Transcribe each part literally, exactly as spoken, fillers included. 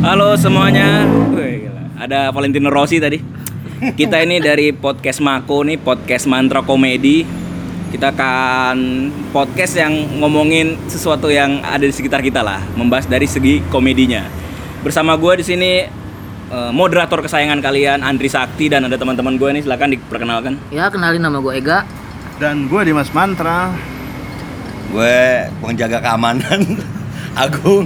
Halo semuanya. Wih, gila. Ada Valentino Rossi tadi. Kita ini dari podcast Mako nih, podcast Mantra Komedi. Kita akan podcast yang ngomongin sesuatu yang ada di sekitar kita lah, membahas dari segi komedinya. Bersama gue di sini uh, moderator kesayangan kalian Andri Sakti, dan ada teman-teman gue nih, silakan diperkenalkan. Ya, kenalin, nama gue Ega. Dan gue Dimas Mantra. Gue penjaga keamanan Agung.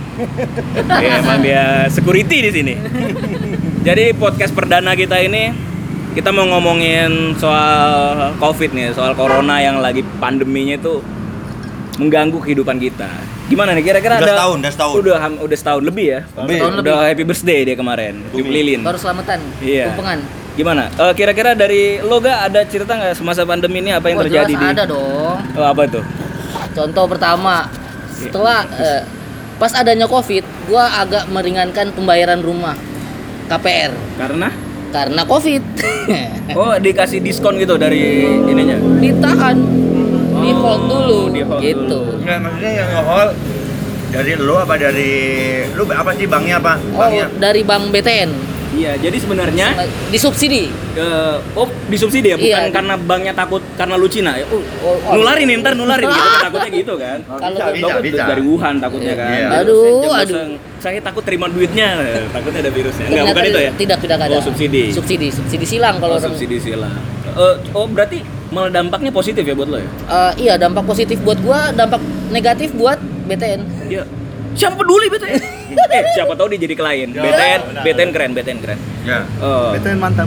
Ya, emang dia security di sini. Jadi podcast perdana kita ini kita mau ngomongin soal Covid nih, soal corona yang lagi pandeminya itu mengganggu kehidupan kita. Gimana nih kira-kira? Udah ada setahun, udah setahun. Udah udah setahun lebih ya. Lebih. Udah, udah happy birthday dia kemarin, Bumi Lilin. Baru selamatan, Iya. tumpengan. Gimana? Uh, kira-kira dari lo gak ada cerita nggak semasa pandemi ini apa yang Oh, terjadi jelas di? ada dong. Oh, apa tuh? Contoh pertama, setelah eh, pas adanya Covid, gua agak meringankan pembayaran rumah K P R Karena? karena Covid. Oh, dikasih diskon gitu dari ininya. Ditahan, di hold dulu, di hold gitu. dulu. Enggak, maksudnya yang nge-hold dari lu apa dari lu apa sih banknya apa? Oh, Banknya. dari Bank B T N. Iya, jadi sebenarnya Disubsidi. uh, oh disubsidi ya, bukan Iya. karena banknya takut karena lu Cina ya. Oh, Oh, oh. nularin nih, ntar nularin gitu kan, takutnya gitu kan. Kalau Bisa, gitu- bisa, Takut bisa. dari Wuhan takutnya kan. Iya. Aduh, Saya- aduh. Saya takut terima duitnya, takutnya ada virusnya. Enggak, Ternyata bukan itu ya? Tidak, tidak ada. Oh, subsidi. Subsidi, subsidi silang Kalau kalau orang. subsidi silang. Eh, oh, berarti malah dampaknya positif ya buat lo ya? Eh, iya, dampak positif buat gua, dampak negatif buat B T N. Iya. Siapa peduli B T N? eh, siapa tahu dia jadi klien. Ya, B T N, benar. B T N keren, B T N keren. Ya. Oh. B T N mantap.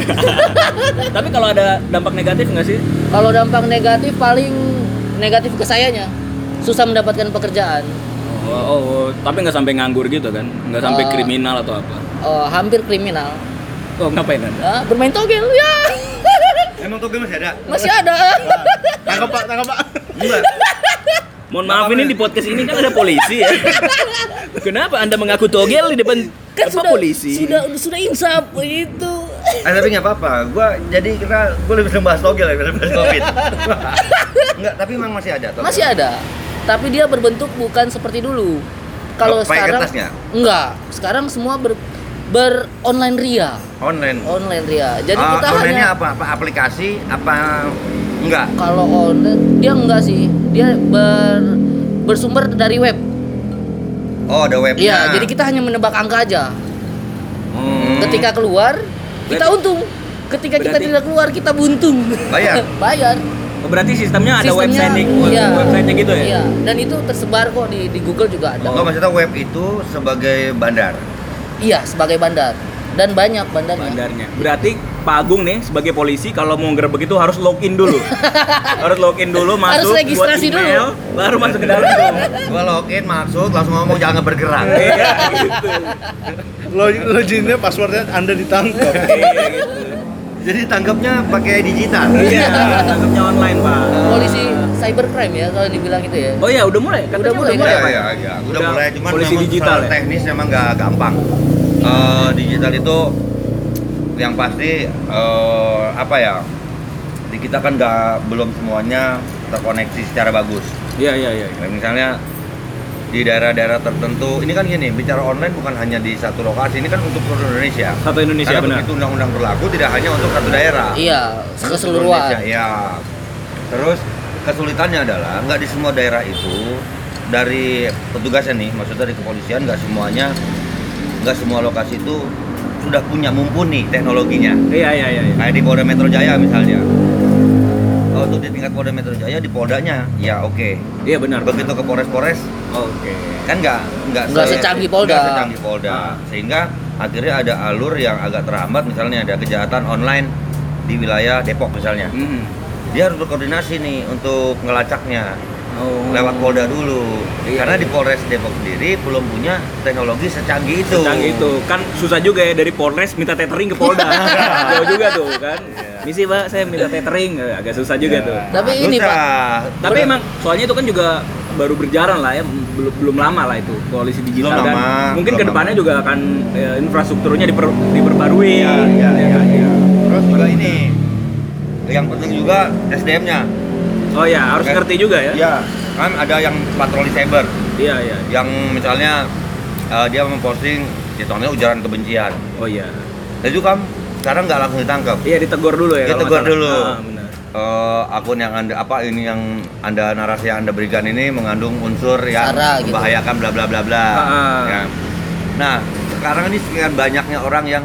Tapi kalau ada dampak negatif nggak sih? Kalau dampak negatif paling negatif ke sayanya, susah mendapatkan pekerjaan. Oh, oh, oh. Tapi nggak sampai nganggur gitu kan? Nggak sampai Eh. kriminal atau apa? Oh, hampir kriminal. Oh, ngapain Anda? Ah, bermain togel ya. Emang togel masih ada? Masih ada. Tangkap Pak, tangkap Pak. Enggak. Mohon maaf, ini di podcast ini kan ada polisi ya. Kenapa Anda mengaku togel di depan Kan apa sudah polisi? sudah sudah insaf itu. Eh, tapi nggak apa-apa. Gua jadi kira gua lebih seneng bahas togel ya daripada bahas Covid. Enggak, tapi emang masih ada togel. Masih ada. Tapi dia berbentuk bukan seperti dulu. Kalau Oh, pakai sekarang kertasnya? enggak. Sekarang semua ber ber online ria. Online. Online ria. Jadi Ah, kita online-nya hanya apa? Apa aplikasi? Apa enggak? kalau online dia enggak sih. Dia ber bersumber dari web. Oh, ada webnya. Iya, jadi kita hanya menebak angka aja. Hmm. Ketika keluar, kita Berarti- untung. Ketika kita berarti- tidak keluar, kita buntung. Bayar? Bayar. Oh, berarti sistemnya ada Sistemnya, website iya. website-nya gitu ya? Iya, dan itu tersebar kok di di Google juga ada. Oh, maksudnya web itu sebagai bandar. Iya, sebagai bandar. Dan banyak bandarnya. Bandarnya. Berarti Pak Agung nih sebagai polisi kalau mau ngerebek itu harus login dulu. harus login dulu, masuk Harus registrasi buat email, dulu. baru masuk ke dalam tuh. Gua login masuk langsung ngomong jangan bergerak. Iya, gitu. Log- Loginnya, passwordnya Anda ditangkap. Iya, gitu. Jadi tangkapnya pakai digital. Iya, tangkapnya online, Pak. Polisi cybercrime ya kalau dibilang itu ya. Oh iya, udah mulai. Katanya Udah mulai, udah mulai, Iya, Pak. iya, iya. Udah, Udah mulai cuman polisi memang digital secara ya? teknis memang nggak gampang. Eh, digital itu yang pasti eh, apa ya? Di kita kan nggak belum semuanya terkoneksi secara bagus. Iya, iya, iya. Kayak misalnya di daerah-daerah tertentu, ini kan gini, bicara online bukan hanya di satu lokasi, ini kan untuk seluruh Indonesia. Satu Indonesia, Karena benar. begitu undang-undang berlaku tidak hanya untuk satu daerah. Iya, Untuk keseluruhan. Indonesia, ya. Terus kesulitannya adalah nggak di semua daerah itu dari petugasnya nih, maksudnya dari kepolisian nggak semuanya, nggak semua lokasi itu sudah punya mumpuni teknologinya. Iya, iya, iya. iya. Kayak di Polda Metro Jaya misalnya. Oh, untuk di tingkat Polda Metro Jaya di Poldanya, ya oke. Iya, benar. Begitu ke Polres-Polres, Oke. kan nggak nggak Nggak se- secanggih Polda. nggak secanggih Polda. Sehingga akhirnya ada alur yang agak terhambat, misalnya ada kejahatan online di wilayah Depok misalnya. Mhm. Dia harus berkoordinasi nih untuk ngelacaknya Oh. lewat Polda dulu. Iya, Karena iya. di Polres Depok sendiri belum punya teknologi secanggih itu. Canggih itu kan susah juga ya dari Polres minta tethering ke Polda. Jauh juga tuh kan. Misi Pak, saya minta tethering, Eh, agak susah juga Ya. tuh. Tapi ini, Susah. Pak. Tapi emang soalnya itu kan juga baru berjalan lah ya, belum belum lama lah itu polisi digital Belum dan lama, mungkin belum kedepannya lama. juga akan ya, infrastrukturnya diper, diperbarui. Iya, iya, iya, iya. Terus juga ini yang penting juga S D M-nya. Oh ya, harus Oke. ngerti juga ya. Ya, kan ada yang patroli cyber, Iya, iya. yang misalnya uh, dia memposting ya contohnya ujaran kebencian. Oh iya. Dan itu kan sekarang nggak langsung ditangkap. Iya ditegur dulu ya. kalau Ditegur nggak salah. dulu. Ah, benar. Uh, akun yang anda apa ini yang anda narasi yang anda berikan ini mengandung unsur yang Sara, gitu. membahayakan bla bla bla bla. Ah. Ya. Nah sekarang ini sekian banyaknya orang yang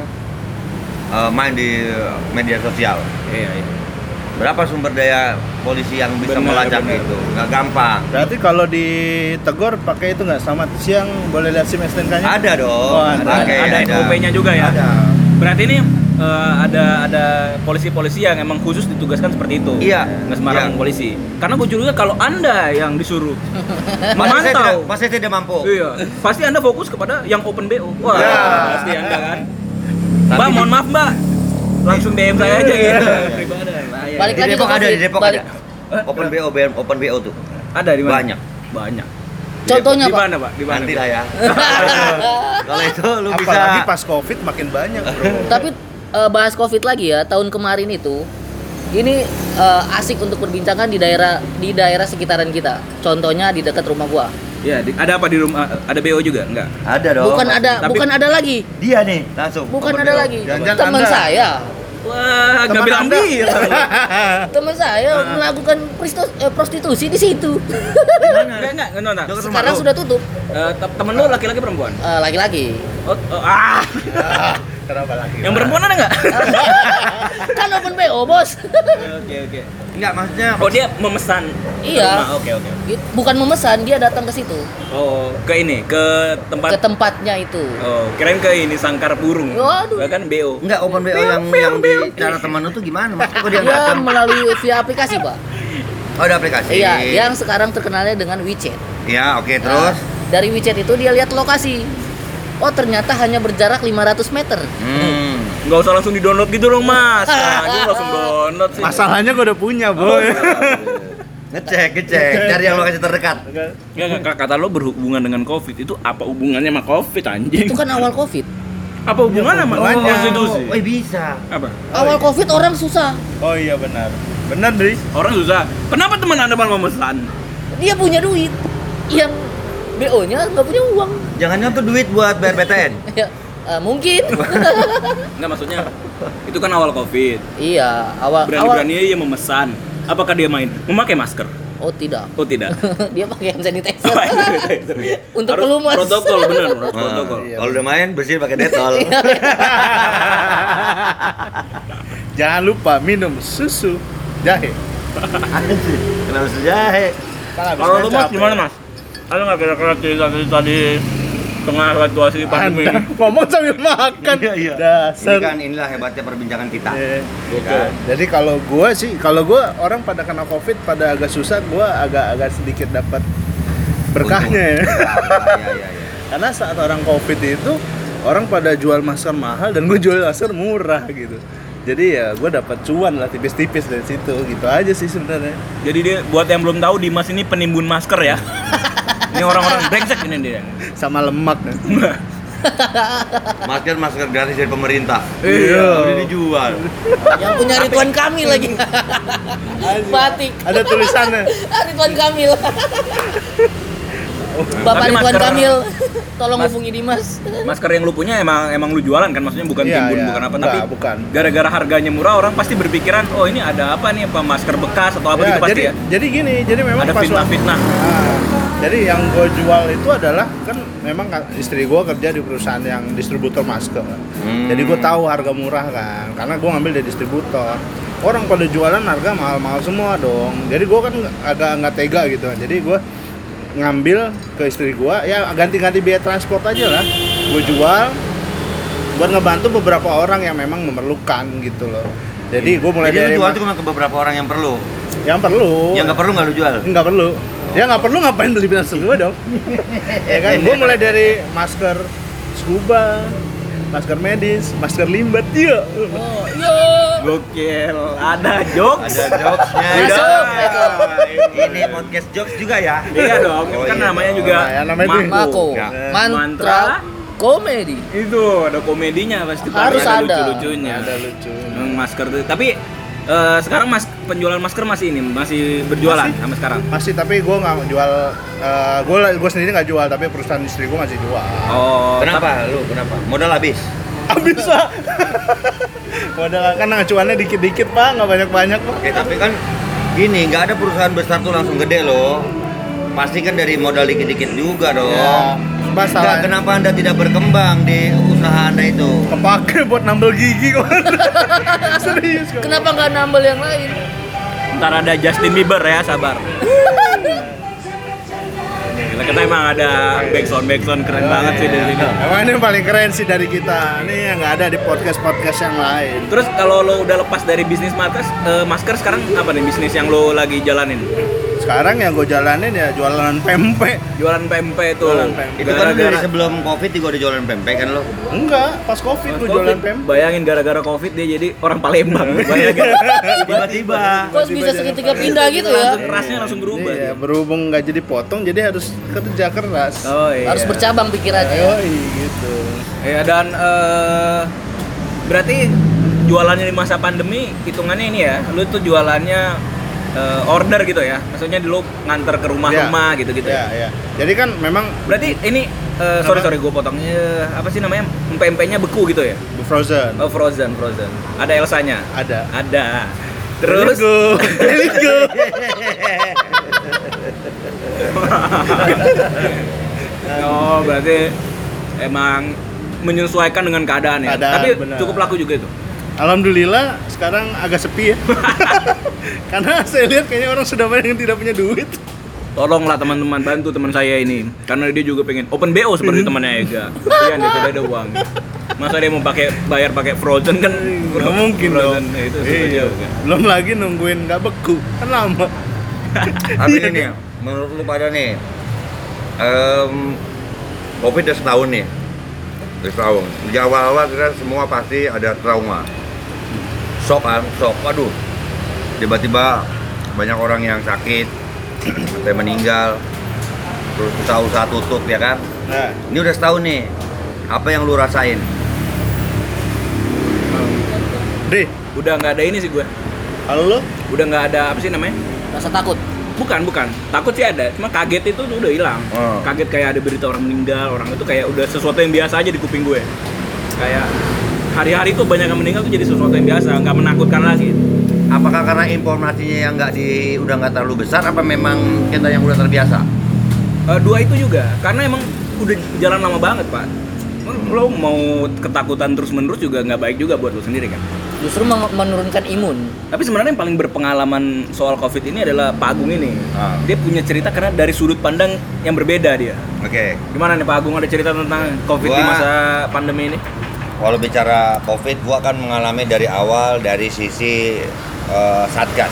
uh, main di media sosial. Iya iya. Berapa sumber daya polisi yang bisa Benar, melacak benar. itu? Nggak gampang. Berarti kalau ditegur pakai itu nggak selamat siang boleh lihat SIM S T N K-nya? Ada dong. Oh, ada. Pakai, ada N O P-nya juga ya. Ada. Berarti ini eh, ada ada polisi-polisi yang emang khusus ditugaskan seperti itu. Iya. Nggak sembarang Iya. polisi. Karena gue curiga kalau anda yang disuruh Pasti saya tidak, memantau, pasti saya tidak mampu. iya, pasti anda fokus kepada yang open B O. Wah, Ya. pasti anda kan. Tapi Mbak, di- mohon maaf mbak, langsung D M saya aja gitu. Daripada bahaya. Balik Di lagi Depok ke ada, Covid. di Depok Balik. ada. Open B O, Open B O tuh. Ada di mana? Banyak. Banyak. Contohnya Di Pak. mana pak? Di mana? Nanti lah ya. Kalau itu lu bisa. Apalagi pas Covid makin banyak, bro. Tapi eh, bahas Covid lagi ya, tahun kemarin itu ini eh, asik untuk perbincangan di daerah di daerah sekitaran kita. Contohnya di dekat rumah gua. Ya, di- ada apa di rumah? Ada B O juga? Enggak. Ada dong. Bukan ada, Tapi- bukan ada lagi. Dia nih langsung. Bukan Open ada B O. lagi. Jangan-jangan Teman Anda. saya, Wah, Teman nggak bilang Anda. bilang. teman saya melakukan pristo- eh, prostitusi di situ. Enggak, enggak, enggak, enggak, enggak. Dekat rumah Sekarang lu. sudah tutup. Eh, te- temen lu laki-laki perempuan? Eh, laki-laki. Oh, oh, ah. Kenapa lagi? Yang perempuan ada nggak? Kan open B O, Bos. Oke, oke. Enggak, maksudnya Oh, dia memesan. Iya. Rumah, Oke, oke. Bukan memesan, dia datang ke situ, Oh, ke ini, ke tempat. ke tempatnya itu. Oh, kirain ke ini sangkar burung. Waduh. Bahkan B O. enggak Open B O yang yang di cara teman lu tuh gimana? Maksudnya kok dia Dia datang? melalui via aplikasi, Pak. Oh, ada aplikasi. Iya, yang sekarang terkenalnya dengan WeChat. Iya, oke, terus. Nah, dari WeChat itu dia lihat lokasi. Oh, ternyata hanya berjarak lima ratus meter. Hmm. Nggak usah langsung di-download gitu dong, Mas. Nah, dia langsung download sih. Masalahnya gue udah punya, Oh, boy. Ngecek, ngecek, cari yang lokasi terdekat. Nggak, nggak, kata lo berhubungan dengan Covid. Itu apa hubungannya sama Covid, anjing? Itu kan awal Covid. Apa hubungannya sama hubungannya. konstitusi? Oh, bisa. Apa? Awal Covid orang susah. Oh iya benar. Benar, Dri. Orang susah. Kenapa teman Anda malah memesan? Dia punya duit. Yang B O-nya nggak punya uang. Jangan-jangan tuh duit buat bayar B T N. Ya, eh, mungkin. Enggak, maksudnya itu kan awal Covid. Iya, awal awal. Berani-beraninya dia memesan. Apakah dia main memakai masker? Oh, tidak. Oh, tidak. Dia pakai hand sanitizer. Untuk Harus pelumas. protokol, benar, harus Nah, protokol. Iya. kalau udah main bersih pakai detol. Jangan lupa minum susu jahe. Kenapa susu jahe? Kalau lu Mas gimana, Mas? Ada nggak kira-kira cerita-cerita di tengah situasi pandemi Anda ini? ngomong sambil makan. Iya, iya. Dasar. Ini kan inilah hebatnya perbincangan kita. Iya. Ya kan? Jadi kalau gua sih, kalau gua orang pada kena Covid pada agak susah, gua agak-agak sedikit dapat berkahnya ya. Iya, iya, iya. Karena saat orang Covid itu orang pada jual masker mahal dan gue jual masker murah gitu. Jadi ya gue dapat cuan lah tipis-tipis dari situ, gitu aja sih sebenarnya. Jadi dia buat yang belum tahu, Dimas ini penimbun masker ya. Ini orang-orang brengsek ini dia. Sama lemak ya. Masker masker gratis dari pemerintah. Iya. Udah dijual. Yang punya Ridwan Kamil lagi. Batik. Ada tulisannya. Ridwan Kamil. Bapak Tapi Ridwan masker- Kamil, tolong Mas- hubungi Dimas. Masker yang lu punya emang emang lu jualan kan, maksudnya bukan Iya, timbun, iya. bukan apa, Enggak, tapi bukan. gara-gara harganya murah orang pasti berpikiran, oh ini ada apa nih, apa masker bekas atau apa Ya, gitu pasti jadi, ya. jadi gini, jadi memang Ada pas waktu- fitnah-fitnah. Nah, jadi yang gue jual itu adalah kan memang ka- istri gue kerja di perusahaan yang distributor masker. Hmm. Jadi gue tahu harga murah kan, karena gue ngambil dari distributor. Orang pada jualan harga mahal-mahal semua dong. Jadi gue kan agak nggak tega gitu. Jadi gue ngambil ke istri gue, ya ganti-ganti biaya transport aja lah. Gue jual buat ngebantu beberapa orang yang memang memerlukan gitu loh. Jadi gue mulai Jadi dari lu jual ma- tuh cuma ke beberapa orang yang perlu. yang perlu. Yang nggak perlu nggak lu jual. Nggak perlu. Ya nggak perlu ngapain beli masker gue dong. Ya kan, gue mulai dari masker scuba, masker medis, masker limbat, iya. Oh, yo. Gokil, ada jokes. Ada jokesnya. Masuk, masuk. Ini podcast jokes juga ya. Iya dong, Oh, kan iya namanya dong. juga Ya, namanya itu. Mako. Ya. Mantra Mantra. komedi. Itu ada komedinya pasti, Harus Pak. ada. lucu-lucunya. Ada lucu. Emang masker tuh. Tapi eh, sekarang mas penjualan masker masih ini masih berjualan Masih. sampai sekarang. Masih, tapi gue nggak jual. Uh, gue gue sendiri nggak jual, tapi perusahaan istri gue masih jual. Oh, Kenapa lu? Kenapa? Modal habis. Habis lah. Modal kan cuannya dikit-dikit pak, nggak banyak-banyak pak. Oke, tapi kan gini, nggak ada perusahaan besar tuh langsung gede loh. Pasti kan dari modal dikit-dikit juga dong. Ya, Nggak, masalah. kenapa Anda tidak berkembang di usaha Anda itu? Kepake buat nambel gigi kok. Serius kok. Kenapa nggak nambel yang lain? ntar ada Justin Bieber ya, sabar. Gila, kita emang ada backsound backsound keren banget sih dari sini. Emang ini yang paling keren sih dari kita. Ini yang nggak ada di podcast-podcast yang lain. Terus kalau lo udah lepas dari bisnis masker, eh, masker sekarang apa nih bisnis yang lo lagi jalanin? Sekarang yang gue jalanin ya jualan pempek. Jualan pempek tuh. Jualan pempek. Itu kan dari Gara-gara- sebelum Covid juga udah jualan pempek kan lo? Enggak, pas covid gue Covid, jualan pempek. bayangin gara-gara Covid dia jadi orang Palembang. Bayangin. Tiba-tiba. Kok bisa seketika pindah gitu ya? Langsung kerasnya langsung berubah. Iya, dia. berhubung nggak jadi potong, jadi harus kerja keras. Oh iya. Harus bercabang pikirannya. Ayo, gitu. Ya dan eh, berarti jualannya di masa pandemi hitungannya ini ya, lu tuh jualannya eh, order gitu ya, maksudnya dulu nganter ke rumah-rumah Ya. gitu-gitu Ya, ya. ya. Jadi kan memang Berarti ini eh, sorry Apa? sorry gue potongnya apa sih namanya pempeknya beku gitu ya? frozen. Oh frozen frozen. Ada Elsanya? Ada. Ada. Terus go, let go. oh berarti emang menyesuaikan dengan keadaan ya. Keadaan, Tapi benar. cukup laku juga itu. Alhamdulillah sekarang agak sepi ya. Karena saya lihat kayaknya orang sudah banyak yang tidak punya duit. Tolonglah teman-teman bantu teman saya ini karena dia juga pengen open B O seperti temannya Ega. Kasihan dia tidak ada uang. Masa dia mau pakai bayar pakai frozen kan Nggak mungkin frozen, dong. ya itu susah Iya. juga. Belum lagi nungguin nggak beku, kan lama. Tapi ini ya, menurut lu pada nih, em, Covid udah setahun nih, udah setahun. Di awal-awal kita semua pasti ada trauma, shock kan, shock. Waduh, tiba-tiba banyak orang yang sakit, ada yang meninggal, terus usaha-usaha tutup ya kan. Nah, Ini udah setahun nih, apa yang lu rasain? Deh, Udah nggak ada ini sih gue. kalau lo Udah nggak ada apa sih namanya? Rasa takut. Bukan, bukan. Takut sih ada, cuma kaget itu tuh udah hilang. Oh. Kaget kayak ada berita orang meninggal, orang itu kayak udah sesuatu yang biasa aja di kuping gue. Kayak hari-hari tuh banyak yang meninggal tuh jadi sesuatu yang biasa, nggak menakutkan lagi. Apakah karena informasinya yang nggak di udah nggak terlalu besar, apa memang kita yang udah terbiasa? Eh, dua itu juga, karena emang udah jalan lama banget pak. Lo mau ketakutan terus-menerus juga nggak baik juga buat lo sendiri kan. Justru meng- menurunkan imun. Tapi sebenarnya yang paling berpengalaman soal Covid ini adalah Pak Agung ini. Ah. Dia punya cerita karena dari sudut pandang yang berbeda dia. Oke. Gimana nih Pak Agung, ada cerita tentang Covid di Gua- masa pandemi ini? Kalau bicara Covid, gua akan mengalami dari awal dari sisi eh, Satgas.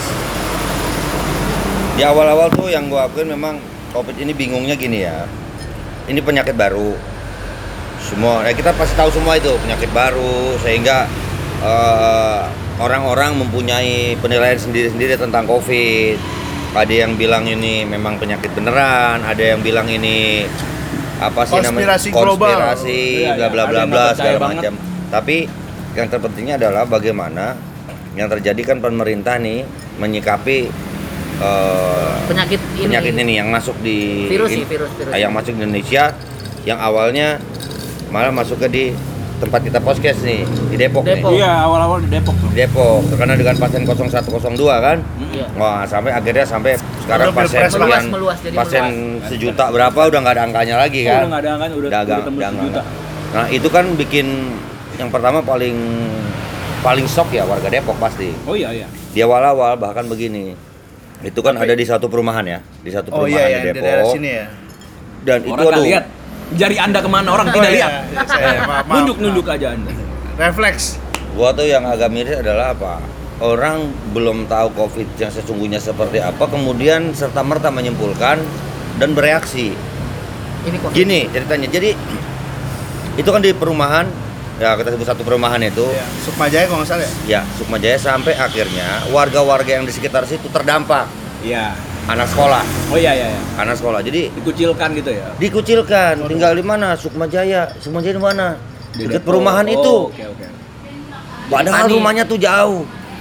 Di awal-awal tuh yang gua akuin memang Covid ini bingungnya gini ya. Ini penyakit baru. Semua, ya kita pasti tahu semua itu penyakit baru sehingga eh, orang-orang mempunyai penilaian sendiri-sendiri tentang Covid. Ada yang bilang ini memang penyakit beneran, ada yang bilang ini apa sih namanya Konspirasi global. konspirasi Iya, bla iya. bla Ada bla yang bla nggak percaya segala banget. macam. Tapi yang terpentingnya adalah bagaimana yang terjadi kan pemerintah nih menyikapi eh, Penyakit ini. penyakit ini yang masuk di Virus in- sih, virus, virus. yang masuk di Indonesia yang awalnya malah masuk ke di tempat kita podcast nih di Depok, Depok. nih Iya, awal-awal di Depok tuh. di Depok karena dengan pasien nol satu nol dua kan Iya. wah sampai akhirnya sampai sekarang Udah pasien pilpres meluas, sekian meluas, jadi pasien meluas. sejuta berapa udah nggak ada angkanya lagi Oh, kan udah nggak ada angkanya, udah, Udah udah gang- tembus udah sejuta. nggak. Nah itu kan bikin yang pertama paling paling shock ya warga Depok pasti Oh iya iya. di awal-awal bahkan begini itu kan ada di satu perumahan ya di satu Oh perumahan iya, di ya, di Depok daerah sini ya. dan itu Orang nggak aduh lihat. Jari anda kemana orang Oh tidak iya, lihat. iya, saya- maaf, maaf, Nunjuk nunjuk maaf. aja anda. Refleks. gua tuh yang agak miris adalah apa orang belum tahu Covid yang sesungguhnya seperti apa kemudian serta merta menyimpulkan dan bereaksi Ini kok. gini ceritanya jadi itu kan di perumahan ya kita sebut satu perumahan itu Ya, Sukma Jaya kalau nggak salah ya. ya Sukma Jaya sampai akhirnya warga-warga yang di sekitar situ terdampak Iya. anak sekolah Oh iya iya iya. anak sekolah jadi Dikucilkan gitu ya. dikucilkan tinggal di mana Sukma Jaya Sukma Jaya di mana Di dekat Depok. perumahan Oh, itu Oke oke. padahal Panik. rumahnya tuh jauh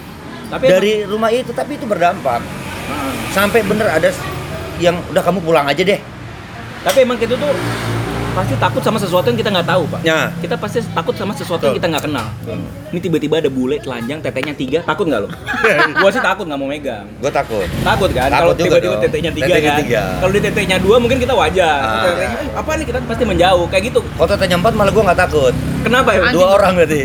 Tapi dari rumah itu, tapi itu berdampak. Sampai bener ada yang udah kamu pulang aja deh. Tapi emang kita tuh pasti takut sama sesuatu yang kita nggak tahu, Pak. Ya. Kita pasti takut sama sesuatu yang kita nggak kenal. Ini tiba-tiba ada bule telanjang, tetenya tiga, takut nggak lo? Gua sih takut nggak mau megang. Gue takut. Takut kan? Kalau Takut juga tiba-tiba dong. tetenya tiga Tetenya kan? tiga. Kalau di tetenya dua mungkin kita wajar. Ah. Tetenya, "Eh, apa nih kita pasti menjauh kayak gitu. Kalau tetenya empat malah gue nggak takut. Kenapa ya? Dua orang berarti.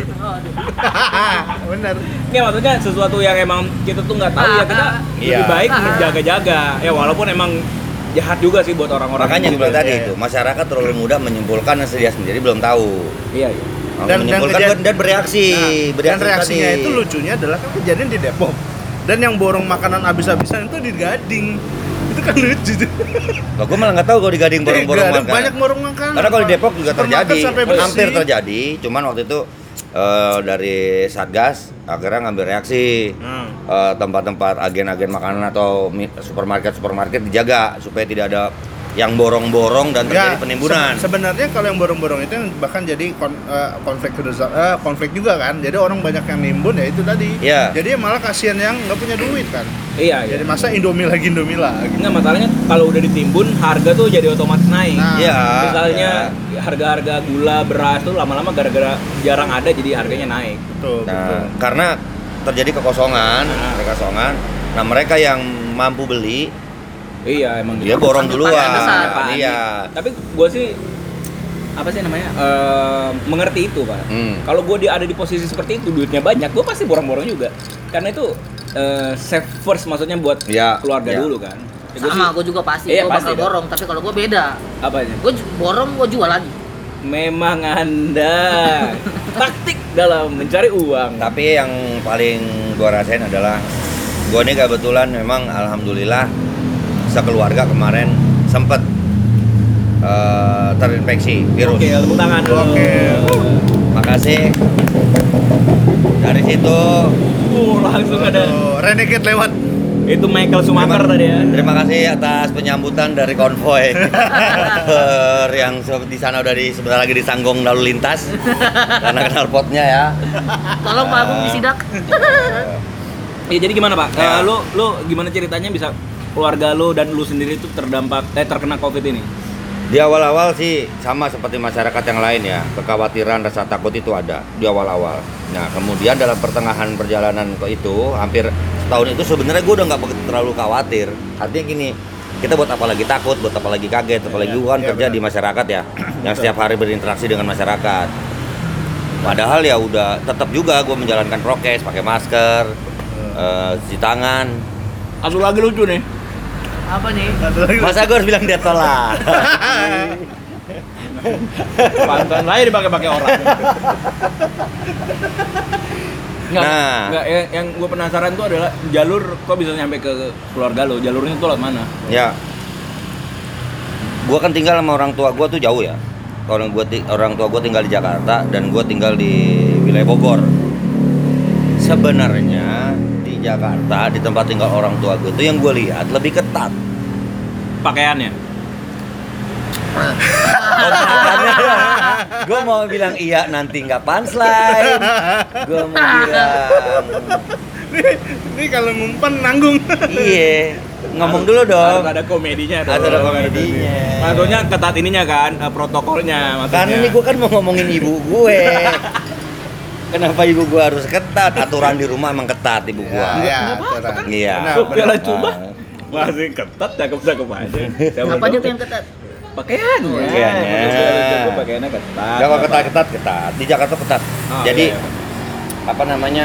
Bener. Ya maksudnya sesuatu yang emang kita tuh nggak tahu ya kita lebih Iya. baik menjaga-jaga. Ya walaupun emang jahat juga sih buat orang-orang. Makanya gue gitu. bilang tadi Iya. itu, masyarakat terlalu mudah menyimpulkan yang dia sendiri belum tahu. Iya, iya. Dan- menyimpulkan dan kejadian- dan bereaksi, Nah, bereaksi dan reaksinya tadi. itu lucunya adalah kan kejadian di Depok. Dan yang borong makanan habis-habisan itu di Gading. Itu kan lucu tuh. Loh, gue malah nggak tahu kalau di Gading borong-borong Ada makan. banyak borong makanan. Karena kalau di Depok juga Supermarket terjadi, sampai bersih. hampir terjadi. Cuman waktu itu eh, dari Satgas akhirnya ngambil reaksi. Hmm. Eh, tempat-tempat agen-agen makanan atau mi- supermarket-supermarket dijaga supaya tidak ada yang borong-borong dan terjadi Ya, penimbunan. se- sebenarnya kalau yang borong-borong itu yang bahkan jadi kon- eh, konflik result- eh, konflik juga kan. Jadi orang banyak yang nimbun ya itu tadi. Iya. Jadi malah kasihan yang nggak punya duit kan. Iya, iya. Jadi masa Indomie lagi Indomie lagi. Enggak, masalahnya kalau udah ditimbun harga tuh jadi otomatis naik. Nah, Iya. Misalnya harga-harga gula, beras tuh lama-lama gara-gara jarang ada jadi harganya naik. Betul, betul. Nah, karena terjadi kekosongan, Nah. kekosongan. Nah, mereka yang mampu beli, Iya, emang dia gitu. borong Panik, duluan. panik besar, Panik. Iya. Tapi gue sih apa sih namanya eh, mengerti itu, Pak. Hmm. Kalau gue ada di posisi seperti itu, duitnya banyak, gue pasti borong-borong juga. Karena itu eh, save first, maksudnya buat Ya, keluarga ya. dulu kan. Ya, gua Sama, sih- gue juga pasti, Iya, gue pasti bakal dong. borong. Tapi kalau gue beda, Apanya? gue borong, gue jual lagi. Memang Anda taktik dalam mencari uang. Tapi yang paling gua rasain adalah gua ini kebetulan memang alhamdulillah sekeluarga kemarin sempet eh, terinfeksi virus. Oke, tepuk tangan dulu. Oke. Makasih. Dari situ Uh, langsung ada. Aduh, Renegade lewat. Itu Michael Schumacher terima, tadi ya. terima kasih atas penyambutan dari konvoy Eh, yang se- di sana udah di sebentar lagi disanggung lalu lintas karena kenal potnya ya. Tolong Pak Agung disidak. Ya jadi gimana Pak? Ya. Eh, lu lu gimana ceritanya bisa keluarga lu dan lu sendiri itu terdampak eh terkena Covid ini? Di awal-awal sih sama seperti masyarakat yang lain ya, kekhawatiran, rasa takut itu ada di awal-awal. Nah kemudian dalam pertengahan perjalanan ke itu, hampir setahun itu sebenarnya gue udah nggak begitu terlalu khawatir. Artinya gini, kita buat apa lagi takut, buat apa lagi kaget, apalagi gue kan Iya, kerja benar. di masyarakat ya, yang setiap hari berinteraksi dengan masyarakat. Padahal ya udah tetap juga gue menjalankan prokes, pakai masker, eh, cuci tangan. Satu lagi lucu nih. Apa nih? Satu lagi. Masa gue harus bilang detol lah. Pantan lain dipakai-pakai orang. Nggak, Nah. nggak, yang, yang gue penasaran tuh adalah jalur kok bisa nyampe ke keluarga lo, jalurnya tuh lewat mana? Ya, gua kan tinggal sama orang tua gua tuh jauh ya. Orang gua ti- orang tua gua tinggal di Jakarta dan gua tinggal di wilayah Bogor. Sebenarnya di Jakarta di tempat tinggal orang tua gua tuh yang gua lihat lebih ketat. Pakaiannya. Gua mau bilang iya nanti nggak punchline. Gua mau bilang Ini kalau ngumpan nanggung. iya. Ngomong dulu dong. Harus ada komedinya tuh. Harus ada komedinya. Maksudnya ketat ininya kan, eh, protokolnya maksudnya. Karena ini gue kan mau ngomongin ibu gue. Kenapa ibu gue harus ketat? Aturan di rumah emang ketat ibu gue. Ya, ya, apa-apa kan. Iya. Benar, Tuh, piala benar. coba Ah. masih ketat, cakep-cakep aja. Siapa Apanya tahu tuh yang ketat? pakaiannya. Pakaiannya. Pakaiannya. Pakaiannya ketat. Gak kok ketat ketat ketat. Di Jakarta ketat. Oh, Jadi iya. apa namanya?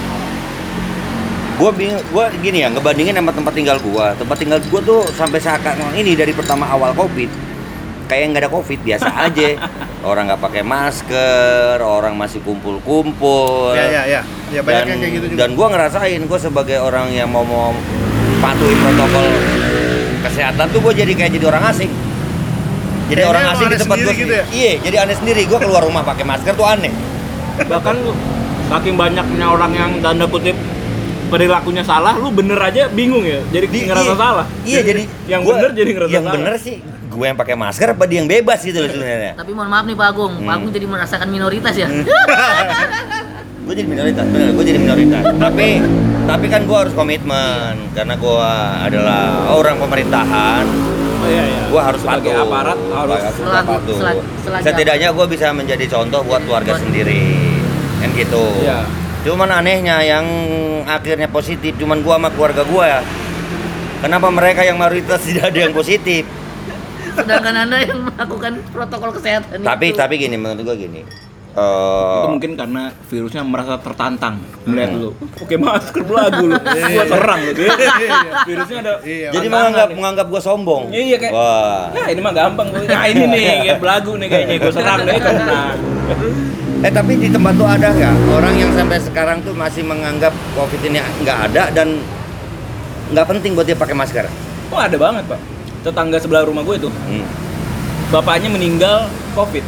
Gue bingung, gue gini ya, ngebandingin sama tempat tinggal gue. Tempat tinggal gue tuh sampai sekarang ini dari pertama awal Covid kayak nggak ada Covid, biasa aja. Orang nggak pakai masker, orang masih kumpul-kumpul. Ya, ya, ya. Ya banyak dan, yang kayak gitu juga. Dan gue ngerasain, gue sebagai orang yang mau mau patuhi protokol kesehatan tuh gue jadi kayak jadi orang asing. Jadi Kayaknya orang emang asing di aneh tempat gue sendiri gitu ya? Iya, jadi aneh sendiri. Gue keluar rumah pakai masker tuh aneh. Bahkan lu saking banyaknya orang yang tanda kutip perilakunya salah, lu bener aja bingung ya. Jadi Di- ngerasa iya, salah. Iya, jadi yang gua- bener jadi ngerasa yang salah. bener sih gue yang pakai masker apa dia yang bebas gitu loh sebenarnya. Tapi mohon maaf nih Pak Agung, Pak Hmm. Agung jadi merasakan minoritas ya. Gue jadi minoritas, bener, gue jadi minoritas. Tapi tapi kan gue harus komitmen karena gue adalah orang pemerintahan. Oh, iya, iya. Gue harus sebagai patuh. aparat harus Harus Selagu- patuh. selag- selagam. Setidaknya gue bisa menjadi contoh buat keluarga Buat- sendiri, kan gitu. Iya. Cuman anehnya yang akhirnya positif cuman gue sama keluarga gue ya. Kenapa mereka yang mayoritas tidak ada yang positif? Sedangkan Anda yang melakukan protokol kesehatan Tapi itu. tapi gini menurut gue gini. itu eh mungkin karena virusnya merasa tertantang melihat lu pakai masker belagu lu gua serang lu dia. Virusnya ada Iya. jadi tantangan menganggap nih. menganggap gue sombong. Iya kayak Wah. ya ini mah gampang gua. Nah ini nih kayak belagu nih kayaknya gua serang deh kena. Eh tapi di tempat tuh ada nggak orang yang sampai sekarang tuh masih menganggap COVID ini nggak ada dan nggak penting buat dia pakai masker? Oh ada banget pak, tetangga sebelah rumah gue itu Hmm. bapaknya meninggal COVID.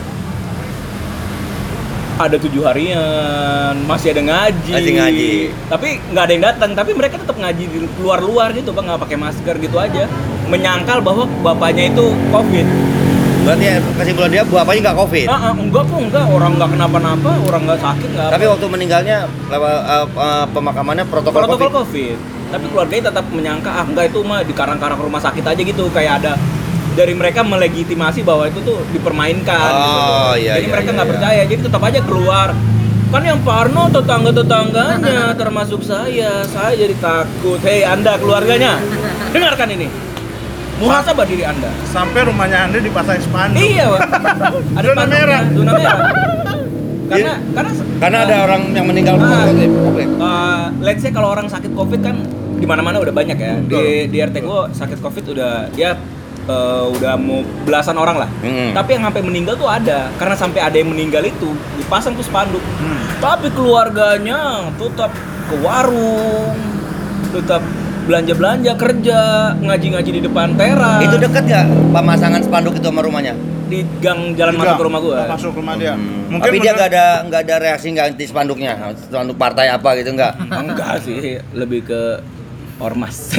Ada tujuh harian, masih ada ngaji. Masih ngaji. Tapi nggak ada yang datang, tapi mereka tetap ngaji di luar-luar gitu, pak, nggak pakai masker gitu aja. Menyangkal bahwa bapaknya itu COVID. Berarti ya, kesimpulan dia bapaknya nggak COVID. Ah, ah, enggak kok, enggak. Orang nggak kenapa-napa, orang nggak sakit, nggak Tapi apa. waktu meninggalnya lewat uh, uh, pemakamannya protokol, Protokol COVID. COVID. Tapi keluarganya tetap menyangka, ah enggak itu mah di karang-karang rumah sakit aja gitu, kayak ada dari mereka melegitimasi bahwa itu tuh dipermainkan gitu. Oh, iya, Jadi iya, mereka iya, nggak iya. percaya, jadi tetap aja keluar. Kan yang Parno tetangga-tetangganya termasuk saya, saya jadi takut. Hei Anda keluarganya, dengarkan ini. Muhasabah diri Anda. Sampai rumahnya Anda dipasang spanduk. Iya, Pak. Ada Zona panduknya, merah. zona merah. Karena karena Karena ada orang yang meninggal Ah. COVID. COVID. Uh, let's say kalau orang sakit COVID kan di mana-mana udah banyak ya. Di di R T gua sakit COVID udah ya uh, udah mau belasan orang lah. Hmm. Tapi yang sampai meninggal tuh ada. Karena sampai ada yang meninggal itu dipasang tuh spanduk. Hmm. Tapi keluarganya tetap ke warung, tetap belanja-belanja, kerja, ngaji-ngaji di depan teras. Itu dekat nggak pemasangan spanduk itu sama rumahnya? Di gang jalan masuk ke rumah gua. Masuk rumah dia. Hmm. Mungkin Tapi dia menurut- nggak ada nggak ada reaksi nggak anti spanduknya, spanduk partai apa gitu nggak? Enggak sih, lebih ke ormas.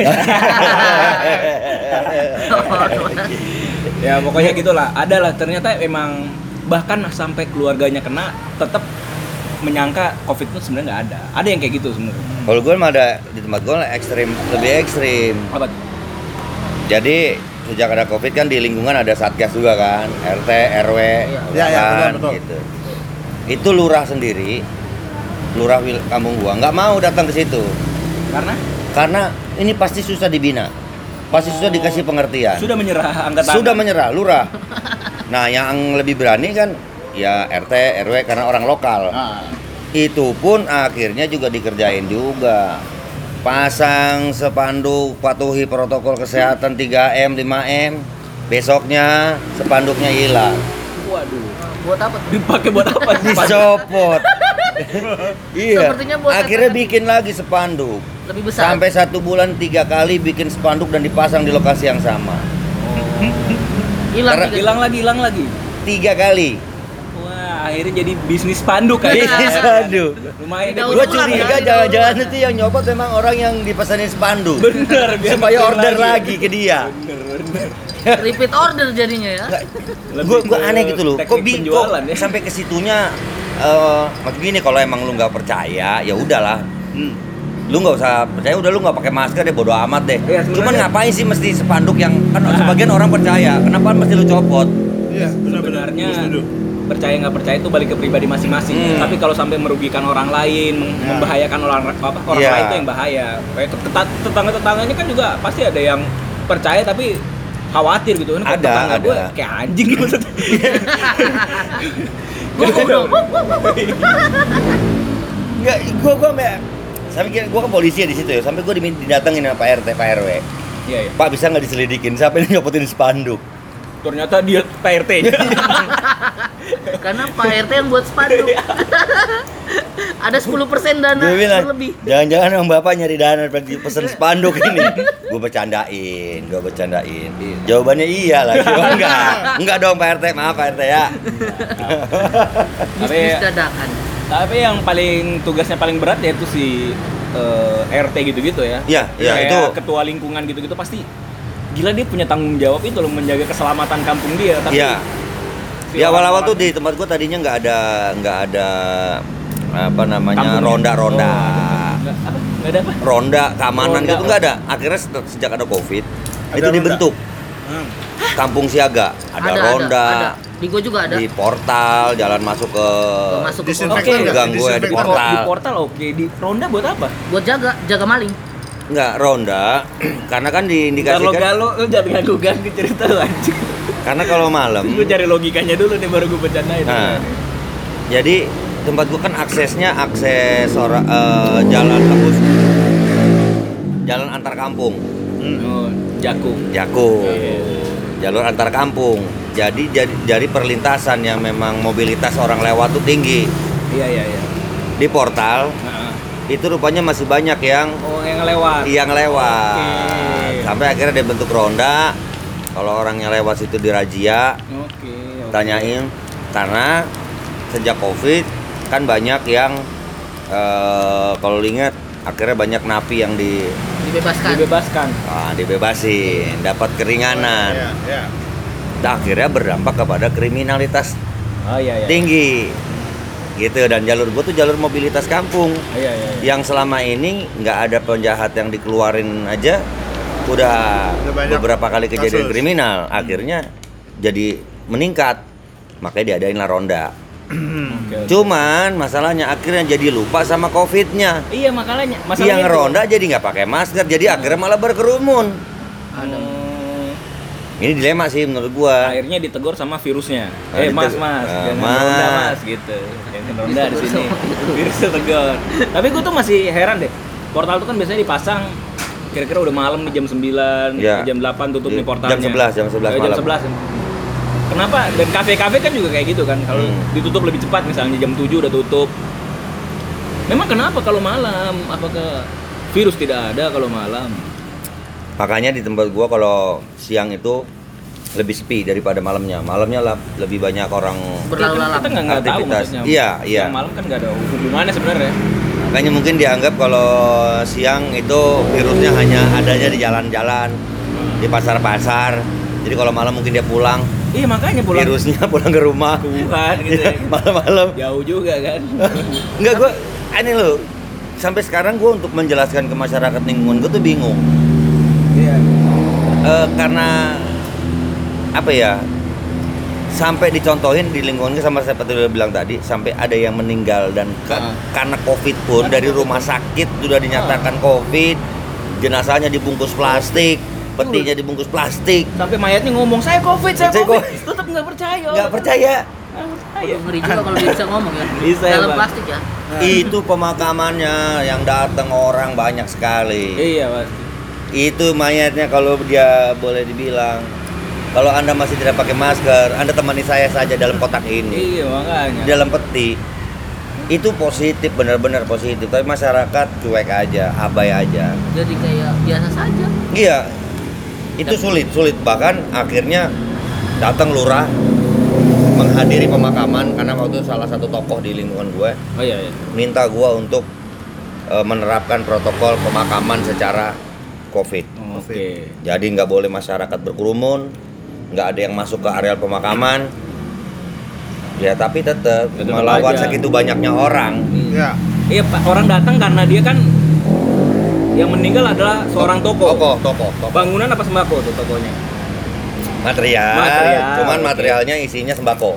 Ya pokoknya gitulah. Ada lah ternyata emang bahkan sampai keluarganya kena tetap menyangka COVID itu sebenarnya nggak ada. Ada yang kayak gitu sebenarnya. Kalau gue mah ada di tempat gue ekstrim, lebih ekstrim. Apa? Jadi sejak ada COVID kan di lingkungan ada satgas juga kan, R T, R W, Iya, iya, kan, betul, betul. gitu. Itu lurah sendiri, lurah wil- kampung gua nggak mau datang ke situ, Karena karena ini pasti susah dibina, pasti susah dikasih pengertian. sudah menyerah angkat tangan. Sudah menyerah, lurah. Nah yang lebih berani kan ya R T, R W karena orang lokal. Ah. Itu pun akhirnya juga dikerjain juga. Pasang spanduk, patuhi protokol kesehatan tiga M, lima M. Besoknya spanduknya hilang. Waduh. Buat apa? Dipakai buat apa? Dicopot. Iya. Sepertinya buat Akhirnya katakan- bikin lagi spanduk. Lebih besar. Sampai satu bulan tiga kali bikin spanduk dan dipasang di lokasi yang sama. hilang Karena- tiga- Hilang lagi, hilang lagi. Tiga kali. Wah, akhirnya jadi bisnis spanduk kan. Bisnis spanduk. Lumayan deh. Daun Gua ulang, curiga ya. jangan-jangan itu yang nyopot memang orang yang dipesanin spanduk. Bener, biar Supaya makin order lagi ke dia. Bener, bener. repeat order jadinya ya. Gue gue ke aneh gitu loh. Kok teknik bi penjualan kok ya? sampai ke situnya eh maksud gini kalau emang lu nggak percaya ya udahlah. Hmm. Lu nggak usah percaya, udah lu nggak pakai masker deh, bodo amat deh. Iya, sebenarnya- Cuman ngapain sih mesti spanduk yang kan Nah. sebagian orang percaya, kenapa mesti lu copot? Iya, benar-benar. Sebenarnya Gua setuju. percaya nggak percaya itu balik ke pribadi masing-masing. Hmm. Tapi kalau sampai merugikan orang lain, mem- Ya. membahayakan orang apa orang Iya. lain itu yang bahaya. Kayak tet- tetangga-tetangganya kan juga pasti ada yang percaya tapi khawatir gitu. Ini kok Ada, tetangga ada. gue kayak anjing gitu maksudnya. Enggak, gua gua sampai sampai kira- gua kan polisi ya di situ ya, sampai gua dimin- didatengin sama Pak R T, Pak R W. Iya, iya. Pak bisa nggak diselidikin siapa yang nyopotin spanduk? Ternyata dia P R T-nya. Karena Pak R T yang buat spanduk. Ada sepuluh persen dana Dia bilang, lebih. jangan-jangan yang bapak nyari dana pesen spanduk ini. Gue bercandain, gue bercandain. Jawabannya iya lah, cuma enggak. Enggak dong Pak R T, maaf Pak R T ya. Tapi Bisnis dadakan. tapi yang paling tugasnya paling berat yaitu si eh, R T gitu-gitu ya. Iya, iya, Kayak itu. ketua lingkungan gitu-gitu pasti gila dia punya tanggung jawab itu loh menjaga keselamatan kampung dia. Tapi Iya. si Di awal-awal tuh orang-orang- di tempat gue tadinya nggak ada nggak ada apa namanya Kampungnya. ronda-ronda. Oh, nggak apa? Nggak ada apa? Ronda keamanan Ronda, gitu oh. nggak ada. Akhirnya se- sejak ada Covid Ada itu ronda. dibentuk Hmm. kampung siaga. Ada, ronda ada. Di gua juga ada. di portal, jalan masuk ke Masuk ke Disinfektan portal. Oke. nggak? gang gue di Disinfektan. portal. Di portal oke, di ronda buat apa? Buat jaga, jaga maling. Enggak, ronda karena kan Kalau diindikasikan galau lu jangan ganggu-ganggu cerita lu anjing. karena kalau malam Gue cari logikanya dulu nih baru gue bercandain. Nah, jadi tempat gua kan aksesnya akses ora, eh, jalan tembus jalan antar kampung, Oh, Jakung. Jakung, Iya. jalur antar kampung. Jadi jadi jadi perlintasan yang memang mobilitas orang lewat tuh tinggi. Iya iya iya. Di portal Nah, itu rupanya masih banyak yang oh yang lewat. yang lewat. Oke. Sampai akhirnya dia bentuk ronda. Kalau orang yang lewat situ dirazia, Oke. oke. tanyain karena sejak Covid kan banyak yang eh, kalau lu ingat akhirnya banyak napi yang di Dibebaskan. Dibebaskan. ah, dibebasin, dapat keringanan. Iya, iya. Dan akhirnya berdampak kepada kriminalitas Oh iya iya. tinggi. Gitu, dan jalur gua tuh jalur mobilitas kampung. Iya iya. iya. Yang selama ini nggak ada penjahat yang dikeluarin aja udah Udah banyak beberapa kali kejadian kasus. kriminal, akhirnya jadi meningkat. Makanya diadain lah ronda. Oke, oke. Cuman masalahnya akhirnya jadi lupa sama Covid-nya. Iya makanya masalahnya Yang itu. ronda jadi nggak pakai masker, jadi akhirnya malah berkerumun. Hmm, Ini dilema sih menurut gua. akhirnya ditegur sama virusnya. Ah, eh mas ditegur. mas, Ah, jangan Mas. ronda mas gitu. Jangan ronda di sini. Virusnya tegur. Tapi gue tuh masih heran deh. Portal tuh kan biasanya dipasang kira-kira udah malam nih jam sembilan, Iya. jam delapan tutup Di- nih portalnya. jam sebelas, jam sebelas Eh, malam. Jam sebelas. Kenapa? Dan kafe-kafe kan juga kayak gitu kan. Kalau Hmm. ditutup lebih cepat misalnya jam tujuh udah tutup. Memang kenapa kalau malam? Apakah virus tidak ada kalau malam? Makanya di tempat gua kalau siang itu lebih sepi daripada malamnya. Malamnya lah lebih banyak orang. Berlalu lalang. Kita nggak nggak tahu Aktivitas. maksudnya. Iya, iya. Yang malam kan nggak ada hubungannya sebenarnya. Makanya mungkin dianggap kalau siang itu virusnya hanya adanya di jalan-jalan, di pasar-pasar. Jadi kalau malam mungkin dia pulang, Iya makanya pulang virusnya pulang ke rumah. Tuhan gitu ya. Malam-malam. Jauh juga kan. Enggak, gua aneh loh. Sampai sekarang gua untuk menjelaskan ke masyarakat lingkungan gua tuh bingung. Iya. Eh, karena apa ya? Sampai dicontohin di lingkungan gua sama seperti udah bilang tadi, sampai ada yang meninggal dan ka- Ah. karena Covid pun dari rumah sakit sudah dinyatakan Covid, jenazahnya dibungkus plastik, petinya dibungkus plastik. Sampai mayatnya ngomong saya covid, saya Saya covid. Covid. Tetap nggak percaya. Nggak percaya. Nggak percaya. Aduh, ngeri juga kalau dia bisa ngomong ya. Bisa ya, Dalam Bang. plastik ya. Itu pemakamannya yang datang orang banyak sekali. Iya pasti. Itu mayatnya kalau dia boleh dibilang, kalau Anda masih tidak pakai masker, Anda temani saya saja dalam kotak ini, Iya makanya. dalam peti. Itu positif, benar-benar positif. Tapi masyarakat cuek aja, abai aja. Jadi kayak biasa saja. Iya, itu sulit, sulit. Bahkan akhirnya datang lurah menghadiri pemakaman karena waktu itu salah satu tokoh di lingkungan gue Oh iya iya. minta gue untuk eh, menerapkan protokol pemakaman secara COVID. Oh, Oke. Jadi nggak boleh masyarakat berkerumun, nggak ada yang masuk ke areal pemakaman. Ya tapi tetap Tetep melawan aja. segitu banyaknya orang. Ya. Iya Pak, orang datang karena dia kan yang meninggal adalah seorang toko. Toko, toko, toko. Bangunan apa sembako tuh tokonya? Material, Material, cuman oke. materialnya isinya sembako.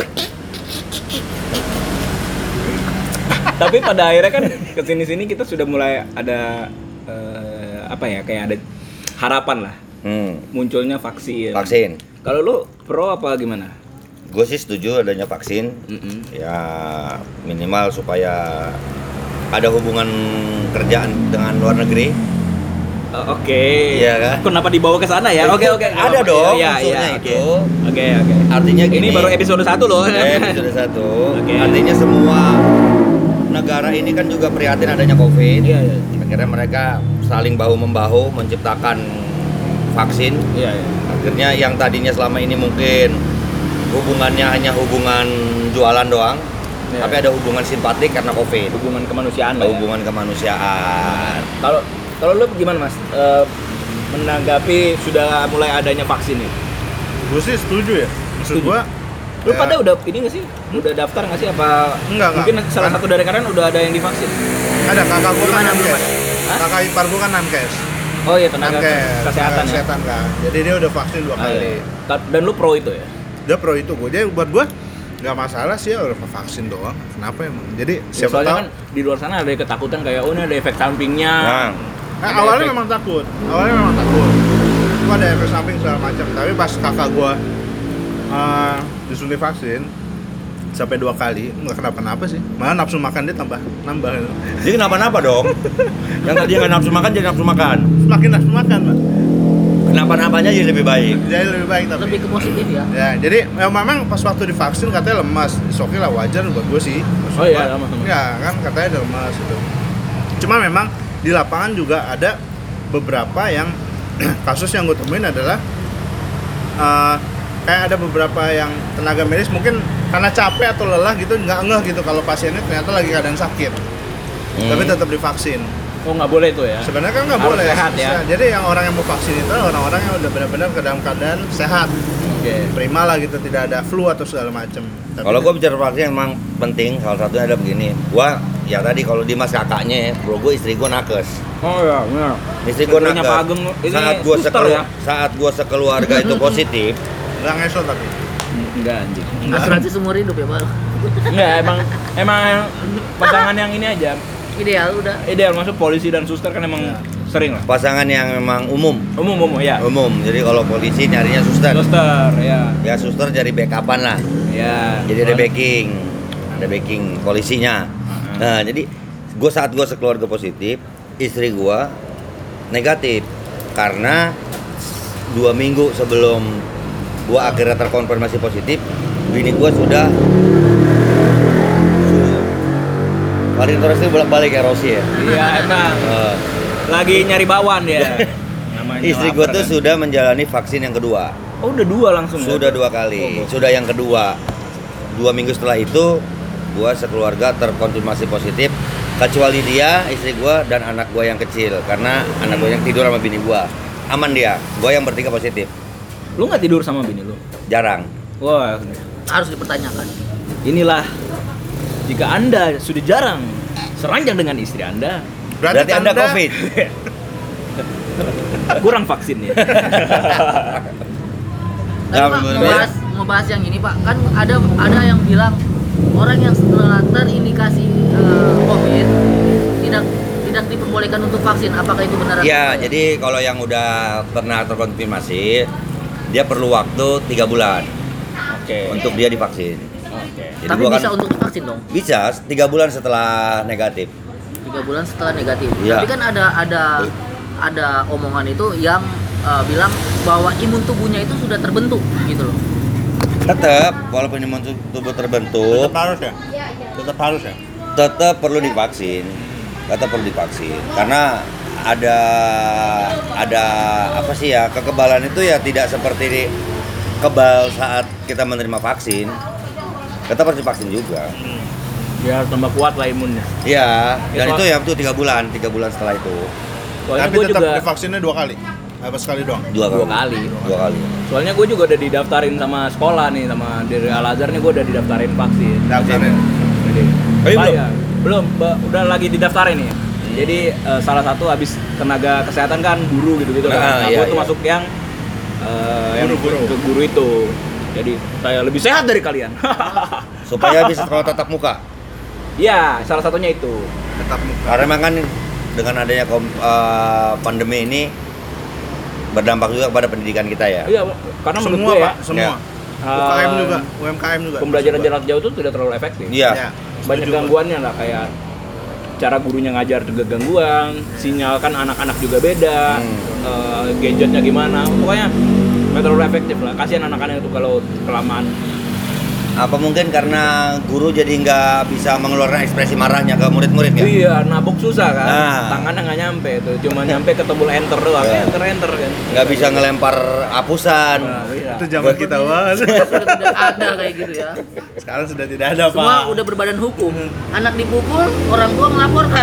Tapi pada akhirnya kan kesini-sini kita sudah mulai ada eh, apa ya kayak ada harapan lah Hmm, munculnya vaksin. vaksin. Kalau lu pro apa gimana? Gue sih setuju adanya vaksin. Mm-mm. Ya minimal supaya ada hubungan kerjaan dengan luar negeri. Oh, Oke. Iya kan? Kenapa dibawa ke sana ya? Oke oke. nggak Ada apa-apa. dong, Iya, unsurnya iya, itu. Oke. Oke oke. Artinya Ini gini. baru episode satu loh. Eh, episode satu. Oke. Artinya semua negara ini kan juga prihatin adanya COVID. Iya iya. Akhirnya mereka saling bahu membahu menciptakan vaksin. Iya iya. Akhirnya yang tadinya selama ini mungkin hubungannya hanya hubungan jualan doang, Iya. tapi ada hubungan simpatik karena COVID. Hubungan kemanusiaan Ada lah. Ya. hubungan kemanusiaan. Kalau kalau lu gimana mas? Eh, menanggapi sudah mulai adanya vaksin ini? Gue sih setuju ya. Maksud Setuju. gue Lu Ya. pada udah ini nggak sih? Udah daftar nggak sih? Apa Enggak, mungkin enggak. salah Kan- satu dari kalian udah ada yang divaksin? Ada kakak gua kan Gimana, Nankes. gimana? Hah? Kakak ipar gua kan Nankes. Oh iya, tenaga Nankes, kesehatan tenaga ya. kesehatan kan. Jadi dia udah vaksin dua Ah, kali. iya. Ta- Dan lu pro itu ya? Dia pro itu gua. Dia buat gua nggak masalah sih ya udah vaksin doang. Kenapa emang? Jadi siapa Soalnya tahu. kan di luar sana ada ketakutan kayak oh ini ada efek sampingnya. Nah, Nah, Ada awalnya efek. memang takut. Awalnya memang takut. Gua ada efek samping segala macam. Tapi pas kakak gua uh, disuntik vaksin sampai dua kali nggak kenapa-napa sih. Malah nafsu makan dia tambah nambah. jadi kenapa-napa dong? Yang tadi nggak nafsu makan jadi nafsu makan. Semakin nafsu makan, Pak. Kenapa-napanya jadi lebih baik. Jadi lebih baik tapi. Lebih ke positif ya. Ya, jadi ya, memang pas waktu divaksin katanya lemas. Oke lah wajar buat gue sih. Maksud Oh iya, gua, lemas, lemas. Ya kan katanya ada lemas gitu. Cuma memang di lapangan juga ada beberapa yang kasus yang gue temuin adalah uh, kayak ada beberapa yang tenaga medis mungkin karena capek atau lelah gitu nggak ngeh gitu kalau pasiennya ternyata lagi keadaan sakit, Hmm. tapi tetap divaksin. Oh nggak boleh itu ya? Sebenarnya kan nggak Harus boleh. sehat ya? Jadi yang orang yang mau vaksin itu orang-orang yang udah benar-benar ke dalam keadaan sehat, Oke. prima lah gitu, tidak ada flu atau segala macam. Tapi- Kalau gue bicara vaksin emang penting, salah satunya ada begini. Gua ya tadi kalau Dimas kakaknya ya, bro gue istri gue nakes. Oh iya, benar. Istri gue Istrinya nakes. Pak Ageng, ini saat gue suster sekelu- ya? saat gue sekeluarga itu positif, nggak ngesot tapi. Enggak anjing. Asuransi seumur hidup ya, Bang. Enggak, emang emang pasangan yang ini aja. Ideal udah. Ideal masuk polisi dan suster kan emang sering lah. pasangan yang memang umum, Umum umum ya. umum. Jadi kalau polisi nyarinya suster. Suster ya. Ya suster jadi backupan lah. Ya. Jadi ada backing, ada backing polisinya. Nah, jadi gue saat gue sekeluarga positif, istri gue negatif karena dua minggu sebelum gue akhirnya terkonfirmasi positif, bini gue sudah paling terus itu bolak-balik ya Rosi ya. Iya, emang Eh, lagi nyari bawan ya. Namanya istri gue lapar, tuh kan. sudah menjalani vaksin yang kedua. Oh, udah dua langsung. ya? Sudah dua kali, Oh, sudah yang kedua. Dua minggu setelah itu, gua sekeluarga terkonfirmasi positif, kecuali dia, istri gua dan anak gua yang kecil, karena anak gua yang tidur sama bini gua. Aman dia, gua yang bertiga positif. Lu nggak tidur sama bini lu? Jarang. Wah, Harus dipertanyakan. inilah jika Anda sudah jarang seranjang dengan istri Anda, Berarti, anda COVID. kurang vaksin ya. Tapi Nah, Pak, menurut mau bahas, mau bahas yang ini Pak, kan ada ada yang bilang orang yang setelah terindikasi eh, COVID tidak tidak diperbolehkan untuk vaksin. Apakah itu benar? atau Ya, tidak? jadi kalau yang udah pernah terkonfirmasi, dia perlu waktu tiga bulan Oke. untuk dia divaksin. Oke. Jadi Tapi gua bisa kan untuk divaksin dong. bisa tiga bulan setelah negatif. Tiga bulan setelah negatif. Iya. Tapi kan ada ada ada omongan itu yang eh, bilang bahwa imun tubuhnya itu sudah terbentuk gitu loh. Tetap, walaupun imun tubuh terbentuk, Tetap harus ya. Tetap harus ya. tetap perlu divaksin, tetap perlu divaksin karena ada ada apa sih ya, kekebalan itu ya tidak seperti di kebal saat kita menerima vaksin, tetap harus divaksin juga. Biar tambah kuat lah imunnya. Iya, Ya, dan soal- itu ya itu tiga bulan, tiga bulan setelah itu Soalnya Tapi gue tetap juga divaksinnya dua kali. Apa sekali doang? dua kali. dua kali. Dua kali. Soalnya gue juga udah didaftarin sama sekolah nih, sama dari Al Azhar nih gue udah didaftarin vaksin. Daftarin. Jadi, Tapi belum? Bayar. Belum, ba- udah lagi didaftarin nih. Jadi eh, salah satu habis tenaga kesehatan kan guru gitu-gitu kan. Ah, Nah, iya, gue tuh iya. masuk yang eh, yang Guru-guru. ke guru itu. Jadi saya lebih sehat dari kalian. Supaya bisa sekolah tatap muka. Iya, salah satunya itu. Tetap muka. Karena memang kan dengan adanya kom- eh, pandemi ini berdampak juga kepada pendidikan kita ya. Iya, karena menurut Semua gue ya, Pak, semua. Ya. U K M eh, juga, U M K M juga. pembelajaran Maksud gua. jarak jauh itu tidak terlalu efektif. Iya. Ya, Banyak setuju, Pak. gangguannya lah, kayak cara gurunya ngajar juga gangguan, sinyal kan anak-anak juga beda, Hmm. eh, gadgetnya gimana, pokoknya nggak terlalu efektif lah. Kasihan anak-anak itu kalau kelamaan. Apa mungkin karena guru jadi nggak bisa mengeluarkan ekspresi marahnya ke murid-murid ya? Iya, nabok susah kan, Nah. tangannya nggak nyampe tuh, cuma nyampe ke tombol enter doang, Iya. enter enter kan. Nggak bisa ngelempar hapusan. Nah, iya. Itu zaman kita banget. Sudah tidak ada kayak gitu ya. Sekarang sudah tidak ada, Pak. Semua udah berbadan hukum. Anak dipukul, orang tua melaporkan.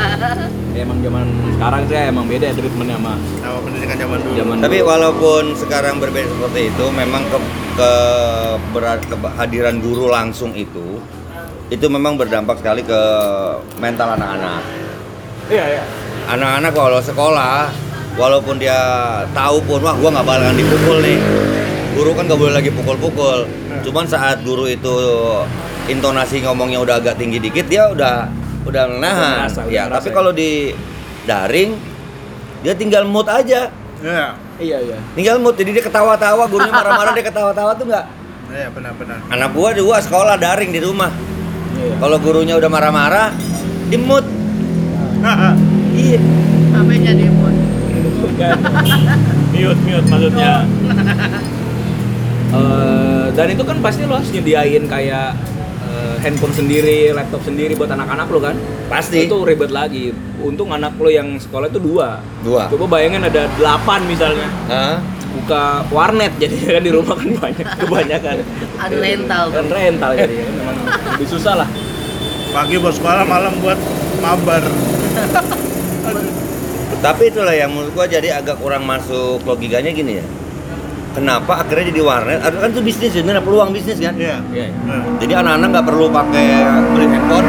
Ya, emang zaman sekarang sih emang beda ya treatmentnya sama Sama pendidikan zaman dulu. zaman Tapi dulu. walaupun sekarang berbeda seperti itu, memang ke- ke berat kehadiran guru langsung itu itu memang berdampak sekali ke mental anak-anak. Iya, iya. Anak-anak kalau sekolah, walaupun dia tahu pun, wah gua nggak bakalan dipukul nih. Guru kan nggak boleh lagi pukul-pukul. Cuman saat guru itu intonasi ngomongnya udah agak tinggi dikit, dia udah udah menahan. Udah merasa, Ya, udah tapi merasa, kalau di daring, dia tinggal mood aja. Iya. Iya, iya. Tinggal mood, jadi dia ketawa-tawa, gurunya marah-marah dia ketawa-tawa tuh nggak. Iya, benar-benar. Anak gua dua sekolah daring di rumah. Iya. Kalau gurunya udah marah-marah, di mood. Iya. Namanya demon. Bukan. Mute, mute maksudnya. Eh, dan itu kan pasti lo harus nyediain kayak eh, handphone sendiri, laptop sendiri buat anak-anak lo kan? Pasti. Itu ribet lagi. Untung anak lo yang sekolah itu dua. Dua. Coba bayangin ada delapan misalnya. Hah? Buka warnet jadi kan di rumah kan banyak kebanyakan. Ada rental Kan tuh. rental jadi memang lebih susah lah. Pagi buat sekolah, malam buat mabar. Tapi itulah yang menurut gua jadi agak kurang masuk logikanya gini ya. Kenapa akhirnya jadi warnet? Aduh, kan itu bisnis sebenarnya, peluang bisnis kan. Iya. Iya. Nah, Jadi anak-anak nggak perlu pakai beli handphone.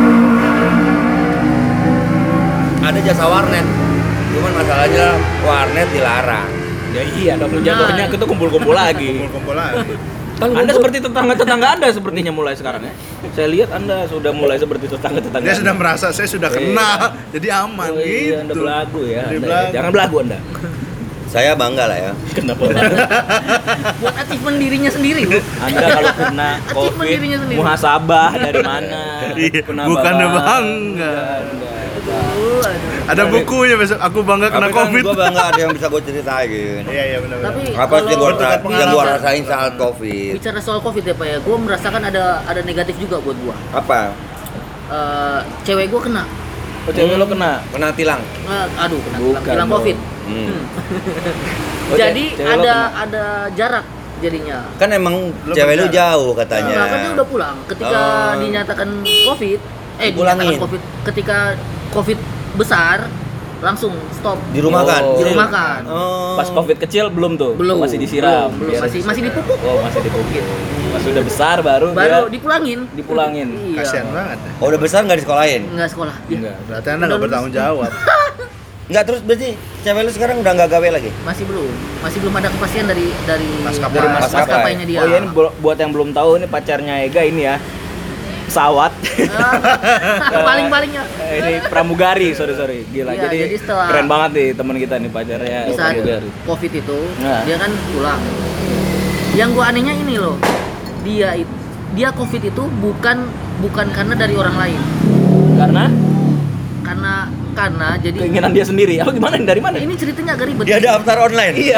Ada jasa warnet. Cuman masalahnya warnet dilarang. Ya iya, double jatuhnya kita kumpul-kumpul lagi. kumpul-kumpul lagi. Kan Anda seperti tetangga-tetangga Anda sepertinya mulai sekarang ya. Saya lihat Anda sudah mulai seperti tetangga-tetangga. Dia Anda. sudah merasa saya sudah Iya. kena, jadi aman Oh, iya, Anda gitu. belagu ya. Jadi Anda, ya. belagu. Jangan belagu Anda. Saya bangga lah ya. Kenapa belagu? Buat achievement dirinya sendiri loh. Anda kalau kena Achievement Covid, dirinya sendiri. muhasabah dari mana? Iya, Kenapa bukannya bangga? bangga. Aduh, aduh. Ada bukunya besok, aku bangga kena Tapi kan Covid. gua bangga ada yang bisa gua ceritain. Iya, iya benar. Tapi Apa sih yang gua, kalau ra- yang gua bicara- rasain saat Covid? Bicara soal Covid ya Pak ya, gue merasakan ada ada negatif juga buat gue. Apa? Eh, cewek gue kena, Oh, cewek lo kena. Kena tilang. Eh, aduh kena Bukan bilang dong. Covid. Hmm. Oh, Jadi ce- cewek lo ada kena. ada jarak jadinya. Kan emang Lu cewek lu benar. jauh katanya. Nah, kan dia udah pulang. Ketika Oh. dinyatakan Covid, eh Dipulangin. dinyatakan Covid, ketika Covid besar langsung stop. Di rumah kan? Oh. Di rumah kan. Oh. Pas Covid kecil belum tuh? Belum. Masih disiram. Belum, belum. Biar- Masih masih dipupuk. Oh, masih dipupuk. Pas sudah besar baru, Baru dia dipulangin. dipulangin. Iya. Kasihan banget. ya. Oh, udah besar nggak disekolahin? Enggak sekolah. Dia Enggak. Berarti Anda nggak bertanggung jawab. Nggak, terus berarti cewek lu sekarang udah nggak gawe lagi? masih belum. Masih belum ada kepastian dari dari Maskapai. dari mas- Maskapai. maskapainya dia. Oh iya, ini bu- buat yang belum tahu ini pacarnya Ega ini ya. Pesawat. Paling-palingnya. Eh, ini pramugari, sorry sorry, gila. Iya, jadi, jadi setelah- keren banget nih teman kita nih pacarnya Di saat pramugari. Covid itu Nah. dia kan pulang. Yang gua anehnya ini loh, dia it- dia Covid itu bukan bukan karena dari orang lain, Karena karena karena jadi keinginan dia sendiri. Oh gimana? Dari mana? ini ceritanya agak ribet. Dia daftar online. Iya.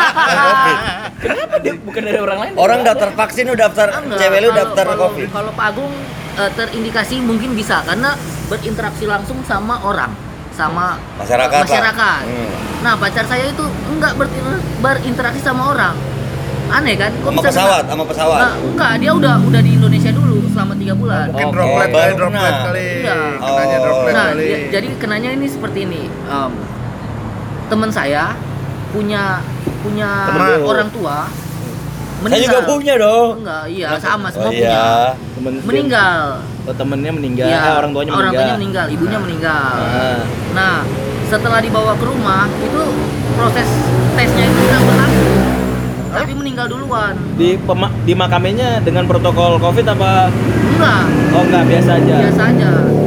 Kenapa dia bukan dari orang lain? Orang daftar vaksin udah daftar, Enggak, cewek lu kalau- daftar kalau, Covid. Kalau Pak Agung eh, terindikasi mungkin bisa karena berinteraksi langsung sama orang, sama Masyarakat lah. masyarakat. Hmm. Nah pacar saya itu enggak berinteraksi, berinteraksi sama orang. Aneh kan? Kok Sama bisa pesawat, kena? sama pesawat. Nah, enggak, dia udah udah di Indonesia dulu selama tiga bulan. Mungkin Oke. droplet kali, Baru droplet kena. kali. Iya. Kenanya Oh. droplet Nah, kali. dia- jadi kenanya ini seperti ini. Em, teman saya punya punya Temen. orang tua Saya juga punya dong. Enggak, iya sama semua Oh, punya. iya. Temen Meninggal. Oh, temennya meninggal. Iya, Eh, orang tuanya orang meninggal. tuanya meninggal, ibunya meninggal. Ah. Nah, setelah dibawa ke rumah, itu proses tesnya itu udah berlangsung. Tapi meninggal duluan. Di pema- di makamnya dengan protokol Covid apa? Enggak, Oh enggak, biasa aja. biasa aja.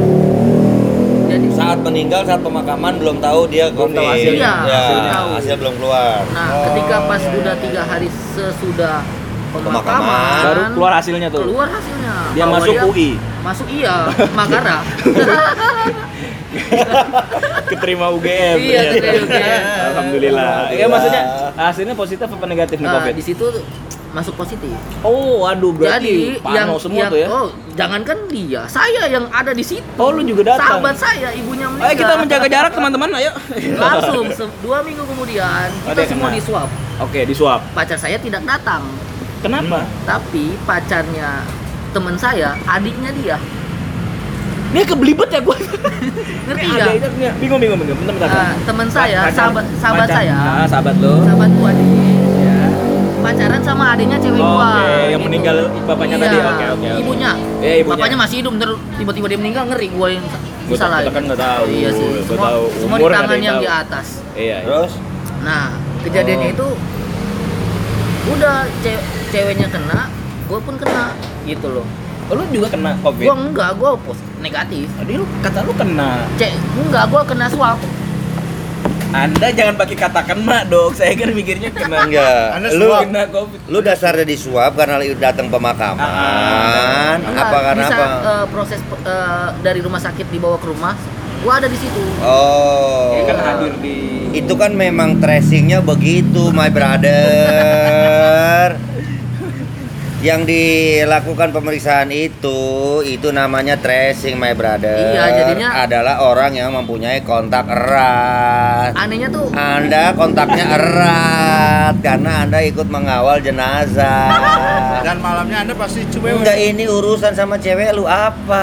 Jadi Saat meninggal, saat pemakaman belum tahu dia Belum Covid. tahu hasilnya. Iya, Ya, belum tahu. hasil belum keluar. Nah, Oh, ketika pas iya, udah iya. tiga hari sesudah Pemakaman. pemakaman, Baru keluar hasilnya tuh. keluar hasilnya. Dia Bahwa masuk U I. Masuk iya, Makara. Keterima U G M. Iya, ternyata. keterima U G M. Alhamdulillah. Ya maksudnya hasilnya positif apa negatif nih Nah, Covid? di situ masuk positif. Oh, waduh berarti Jadi yang, pano semua yang tuh ya. oh, jangankan dia, saya yang ada di situ. Oh, lu juga datang. Sahabat saya, ibunya meninggal. Ayo kita menjaga jarak teman-teman, ayo. Langsung se- dua minggu kemudian kita Ada yang semua kena. di swab. Oke, di swab. Pacar saya tidak datang, Kenapa? tapi pacarnya teman saya, adiknya dia. Ini kebelibet ya gua. Ngerti Ini nggak? ada ini. Bingung bingung bingung. Bentar bentar. Ah, teman saya, Pacar- sahabat sahabat pacar- saya, Ah, sahabat lo. sahabat gua nih. Ya. pacaran sama adiknya cewek Oke, gua. yang gitu. meninggal bapaknya Iya, tadi. Oke, oke, oke. Ibunya. Iya, ibunya. Bapaknya masih hidup, ntar tiba-tiba dia meninggal, ngeri gua yang Gua salah. kita kan nggak tahu. Iya sih. Gua Semua, tahu. semua Umur di nggak ada tangan yang yang tahu. di atas. Iya. iya. Terus Nah, kejadiannya Oh. itu udah ce- ceweknya kena, gua pun kena gitu loh. Oh, lu juga kena COVID? Gua enggak, gua pos negatif. Tadi lu kata lu kena. Cek, enggak, gua kena swab. Anda jangan pakai kata kena dong. Saya kan mikirnya kena. enggak. Anda Lu swab. Kena COVID. lu dasarnya disuap karena lu datang pemakaman. Ah. Enggak, apa karena bisa, apa? eh, proses eh, dari rumah sakit dibawa ke rumah, gua ada di situ. Oh. Kan hadir di. Itu kan memang tracingnya begitu, my brother. Yang dilakukan pemeriksaan itu, itu namanya tracing, my brother. Iya, jadinya- adalah orang yang mempunyai kontak erat. Anehnya tuh Anda kontaknya erat karena Anda ikut mengawal jenazah. Dan malamnya Anda pasti cewek. Enggak, ini urusan sama cewek lu apa?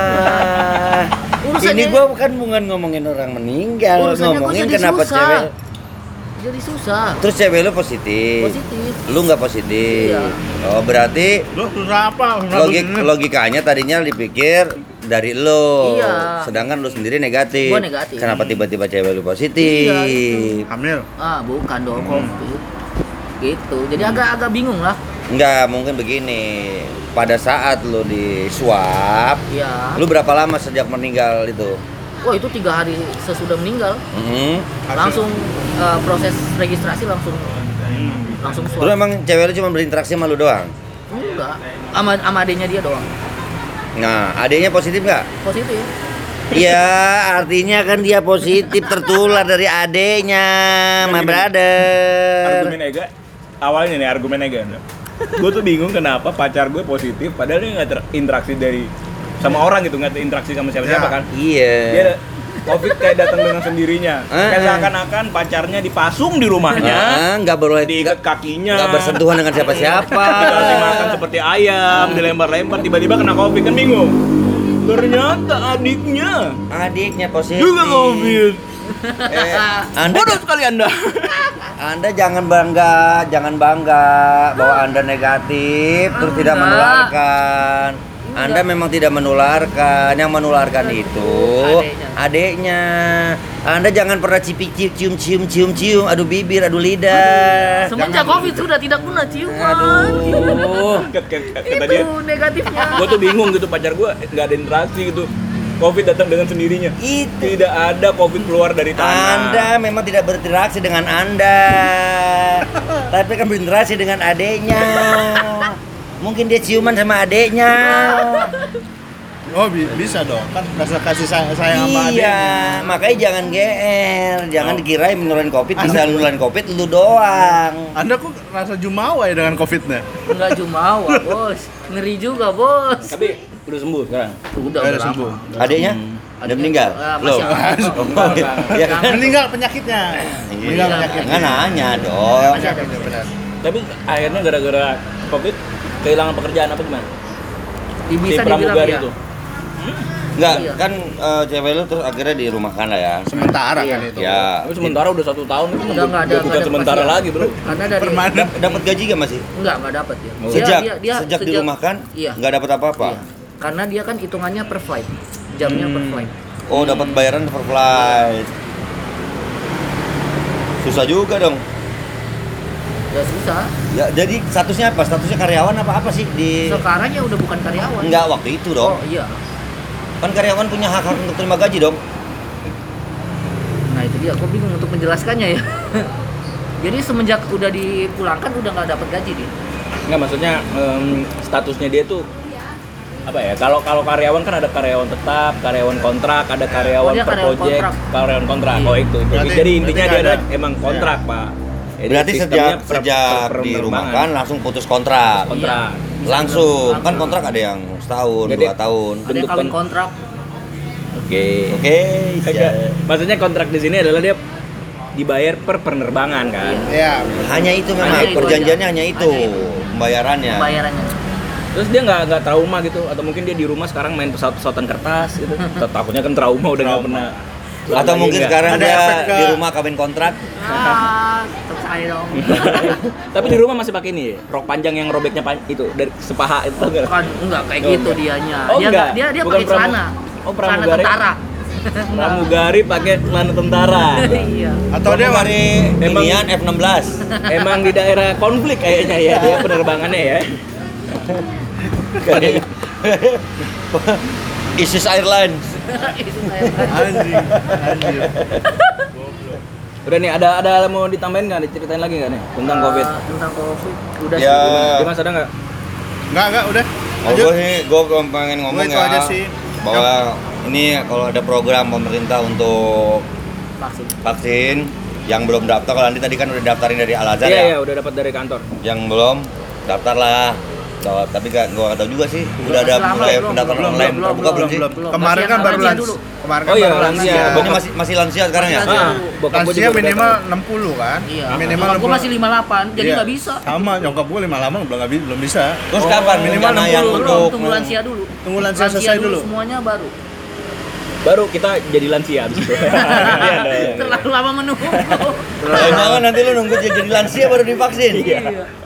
Urusannya- Ini gua bukan bukan ngomongin orang meninggal, urusannya gua ngomongin jadi kenapa susah. cewek. Jadi susah. Terus cewek lu positif. Positif. Lu nggak positif. Iya. Oh, berarti Lu susah apa? Susah logik begini. logikanya tadinya dipikir dari lu. Iya. Sedangkan lu sendiri negatif. Gua negatif. Kenapa tiba-tiba cewek lu positif? Iya, itu. Hamil. Ah, bukan dong, Hmm. COVID. Gitu. Jadi agak-agak bingung lah. Enggak, mungkin begini. Pada saat lu di swab, Iya. lu berapa lama sejak meninggal itu? Wah, itu tiga hari sesudah meninggal, Mhm. langsung eh, proses registrasi langsung langsung Terus swab. emang cewek lu cuma berinteraksi sama lu doang? Enggak. Sama sama adiknya dia doang. Nah, adiknya positif nggak? Positif. Iya, artinya kan dia positif tertular dari adeknya, my brother. Argumen Ega. Awalnya nih argumen Ega. Gue tuh bingung kenapa pacar gue positif padahal dia nggak terinteraksi dari sama orang gitu, nggak terinteraksi sama siapa-siapa Ya. kan. Iya. Dia COVID kayak datang dengan sendirinya. Eh, Kayak eh. seakan-akan pacarnya dipasung di rumahnya, Ah, nggak boleh diikat kakinya, nggak bersentuhan dengan siapa-siapa. dikasih makan seperti ayam, dilempar-lempar, tiba-tiba kena COVID kan bingung. Ternyata adiknya Adiknya positif. juga COVID. Eh, anda, Bodoh sekali Anda. anda jangan bangga, jangan bangga bahwa anda negatif terus tidak Enggak. menularkan. Anda memang tidak menularkan, yang menularkan itu Adeknya. adeknya. Anda jangan pernah cipi cium cium cium cium, adu bibir, adu lidah. Semenjak COVID sudah tidak pernah ciuman. Aduh. Kata dia, Itu negatifnya. gue tuh bingung gitu, pacar gue nggak ada interaksi gitu. COVID datang dengan sendirinya. Itu. Tidak ada COVID keluar dari tanah. Anda memang tidak berinteraksi dengan Anda, tapi kan berinteraksi dengan adeknya. Mungkin dia ciuman sama adeknya. Oh bi- bisa dong, kan rasa kasih say- sayang sama adiknya. Iya, makanya jangan G R, jangan Oh. dikirain menularin COVID bisa nularin COVID lu doang. Anda kok rasa jumawa ya dengan COVID-nya? Enggak jumawa, Bos. Ngeri juga, Bos. Tapi udah sembuh sekarang. Udah, Udah udah sembuh. lama. Adeknya Hmm. udah meninggal. Ah, Loh. masih ada. Oh, ya kan? Meninggal penyakitnya. Meninggal Iya. penyakitnya. Nggak nanya dong. Penyakitnya benar. Tapi akhirnya gara-gara COVID kehilangan pekerjaan apa gimana? Bisa Si dibilang pramugari ya. itu. Enggak, Iya. kan eh, cewek lu terus akhirnya dirumahkan lah ya. Sementara Iya. kan itu. Ya. Tapi sementara udah satu tahun itu Udah nggak ada- bukan nggak ada sementara kepastian. lagi bro. Karena dari Permanen. Dap- Dapat gaji gak masih? enggak enggak dapat ya. Oh. Dia- Sejak dia- dia sejak dirumahkan Iya. nggak dapat apa-apa. Iya. Karena dia kan hitungannya per flight. Jamnya per Hmm. flight. Oh, dapat bayaran per flight. Susah juga dong. Ya susah. Ya, jadi statusnya apa? Statusnya karyawan apa apa sih di? Sekarang ya udah bukan karyawan. Enggak, waktu itu dong. Oh iya. Kan karyawan punya hak-hak untuk terima gaji dong. Nah itu dia, aku bingung untuk menjelaskannya ya. Jadi semenjak udah dipulangkan udah nggak dapat gaji dia. Enggak, maksudnya em, statusnya dia tuh apa ya? Kalau kalau karyawan kan ada karyawan tetap, karyawan kontrak, ada karyawan Oh, dia per karyawan project, kontrak. karyawan kontrak. Iya. Oh itu, itu. Berarti- Jadi intinya berarti dia ada- ada emang kontrak pak. Jadi Berarti sistemnya sejak per- sejak per- per dirumahkan penerbangan. langsung putus kontrak. kontrak. Iya. Langsung. Langsung. Kan kontrak ada yang setahun, Jadi- dua tahun. Ada yang Bentuk kawin kon- kontrak. Oke. Oke, Agak- siap. Maksudnya kontrak di sini adalah dia dibayar per penerbangan kan. Iya. Hanya itu memang Hanya itu perjanjiannya aja. hanya itu Hanya itu. pembayarannya. Bayarannya. Terus dia nggak nggak trauma gitu atau mungkin dia di rumah sekarang main pesawat-pesawatan kertas gitu. Takutnya kan trauma udah nggak Trauma. pernah Atau mungkin Enggak. sekarang Ada dia efek ke- di rumah kawin kontrak. Ah, tetap saya dong. Tapi di rumah masih pakai ini ya? Rok panjang yang robeknya pan- itu dari sepaha itu enggak? Bukan, enggak kayak Oh, gitu enggak. dianya. Oh, dia enggak? dia dia Bukan pakai pramu- celana. Oh, celana pramugari. tentara. Pramugari pakai celana tentara. Iya. Atau dia dari Emang- inian F enam belas. Emang di daerah konflik kayaknya ya dia penerbangannya ya. ISIS Airlines. Itu saya. anjing, anjing. Udah nih ada ada mau ditambahin nggak? Diceritain lagi nggak nih tentang Eh, covid? Tentang Covid. Udah Ya. sih. Dimas ada nggak? Enggak, enggak, udah. Oh, Lanjut. gue sih, gue pengen ngomong itu ya aja sih. bahwa ini kalau ada program pemerintah untuk Vaksin. vaksin yang belum daftar, kalau nanti tadi kan udah daftarin dari Al Azhar Iya ya, iya udah dapat dari kantor. yang belum daftar lah. Tuh, tapi gak, gue gak tahu juga sih, udah ada Selama mulai belum, pendaftaran belum, online belum, terbuka belum, belum sih? Belum. Belum. Kemarin Masih kan yang baru lansia lansia. dulu. Kemarin Oh kan iya, baru lansia. lansia. Pokoknya masih masih lansia sekarang ya? Masih Ah, dulu. bokap gua Lansia juga udah minimal dapat. enam puluh kan? Iya. Minimal Nyokap gua enam masih lima puluh delapan, jadi Iya. nggak bisa. Sama, nyokap gue lima puluh delapan belum nggak bi- belum bisa. Terus Oh, kapan minimal rencana enam yang puluh, Belum, untuk tunggu lansia dulu. Tunggu lansia selesai dulu. Semuanya baru. Baru kita jadi lansia abis itu. Iya, dong. Terlalu lama menunggu. Eh, jangan nanti lu nunggu jadi jadi lansia baru divaksin. Iya.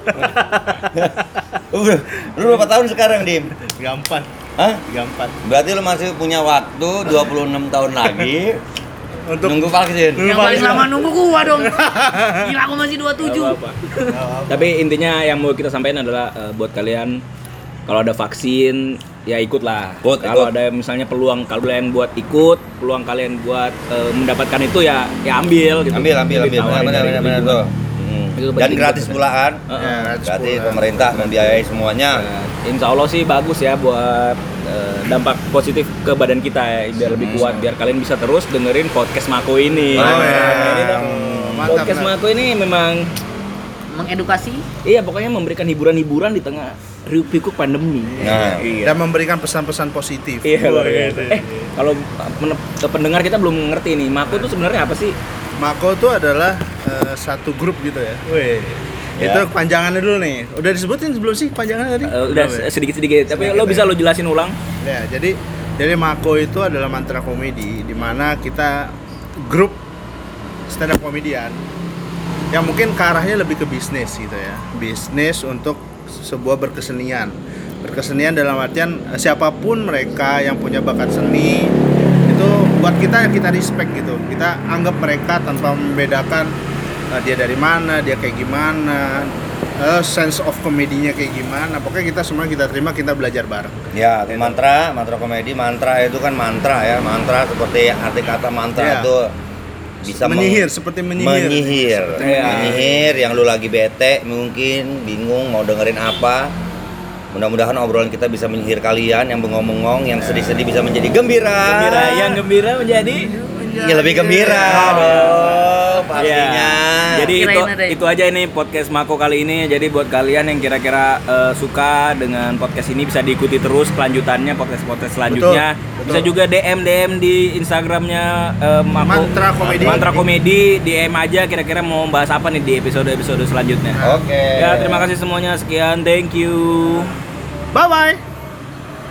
Udah, lu berapa tahun sekarang, Dim? Gampang, Hah? gampang. Berarti lu masih punya waktu dua puluh enam tahun lagi Untuk nunggu vaksin. Yang paling lama nunggu gua dong. Gila aku masih dua puluh tujuh. Nggak apa-apa. Tapi intinya yang mau kita sampaikan adalah eh, buat kalian kalau ada vaksin ya ikutlah. Ikut, Kalau ikut. ada misalnya peluang kalian buat ikut, peluang kalian buat eh, mendapatkan itu ya ya ambil gitu. Ambil, ambil, ambil. Ditawarin Benar, benar, dari benar, benar lingkungan. tuh. Hmm. Itu Dan penting gratis buat pula kan? Heeh. Ya, gratis Berarti pula. pemerintah membiayai semuanya. Ya, insya Allah sih bagus ya buat eh, dampak positif ke badan kita ya, biar lebih kuat, biar kalian bisa terus dengerin podcast Mako ini. Oh, Nah, ya. ini dong. Mantap, Podcast Nak. Mako ini memang Mengedukasi. iya pokoknya memberikan hiburan-hiburan di tengah riuk pikuk pandemi. Nah, dan memberikan pesan-pesan positif. Iya luar Wah, biasa. Eh kalau men- ke pendengar kita belum ngerti nih, Mako itu sebenarnya apa sih? Mako itu adalah eh, satu grup gitu ya. Wih. Ya. Itu panjangannya dulu nih. Udah disebutin sebelum sih panjangannya tadi? Eh, udah Belum ya? sedikit-sedikit, tapi Sedikit lo ya. bisa lo jelasin ulang? Ya, jadi jadi Mako itu adalah mantra komedi di mana kita grup stand up komedian yang mungkin ke arahnya lebih ke bisnis gitu ya. Bisnis untuk sebuah berkesenian. Berkesenian dalam artian eh, siapapun mereka yang punya bakat seni itu buat kita yang kita respect gitu. Kita anggap mereka tanpa membedakan eh, dia dari mana, dia kayak gimana, eh, sense of komedinya kayak gimana. Pokoknya kita semua kita terima, kita belajar bareng. ya itu mantra, mantra komedi, mantra itu kan mantra ya, mantra seperti arti kata mantra Ya. itu bisa meng- menyihir seperti menyihir. menyihir, Iya. menyihir yang lu lagi bete mungkin bingung mau dengerin apa. Mudah-mudahan obrolan kita bisa menyihir kalian yang bengong-bengong, yang sedih-sedih bisa menjadi gembira. Gembira, yang gembira menjadi Ya, lebih gembira dong pastinya. Ya. Jadi Kirain itu ada ya. itu aja nih podcast Mako kali ini. Jadi buat kalian yang kira-kira eh, suka dengan podcast ini bisa diikuti terus kelanjutannya podcast-podcast selanjutnya. Betul, Bisa betul. juga D M D M di Instagramnya eh, Mako Mantra Komedi. Mantra Komedi D M aja kira-kira mau bahas apa nih di episode-episode selanjutnya. Oke. Ya terima kasih semuanya sekian thank you. Bye bye.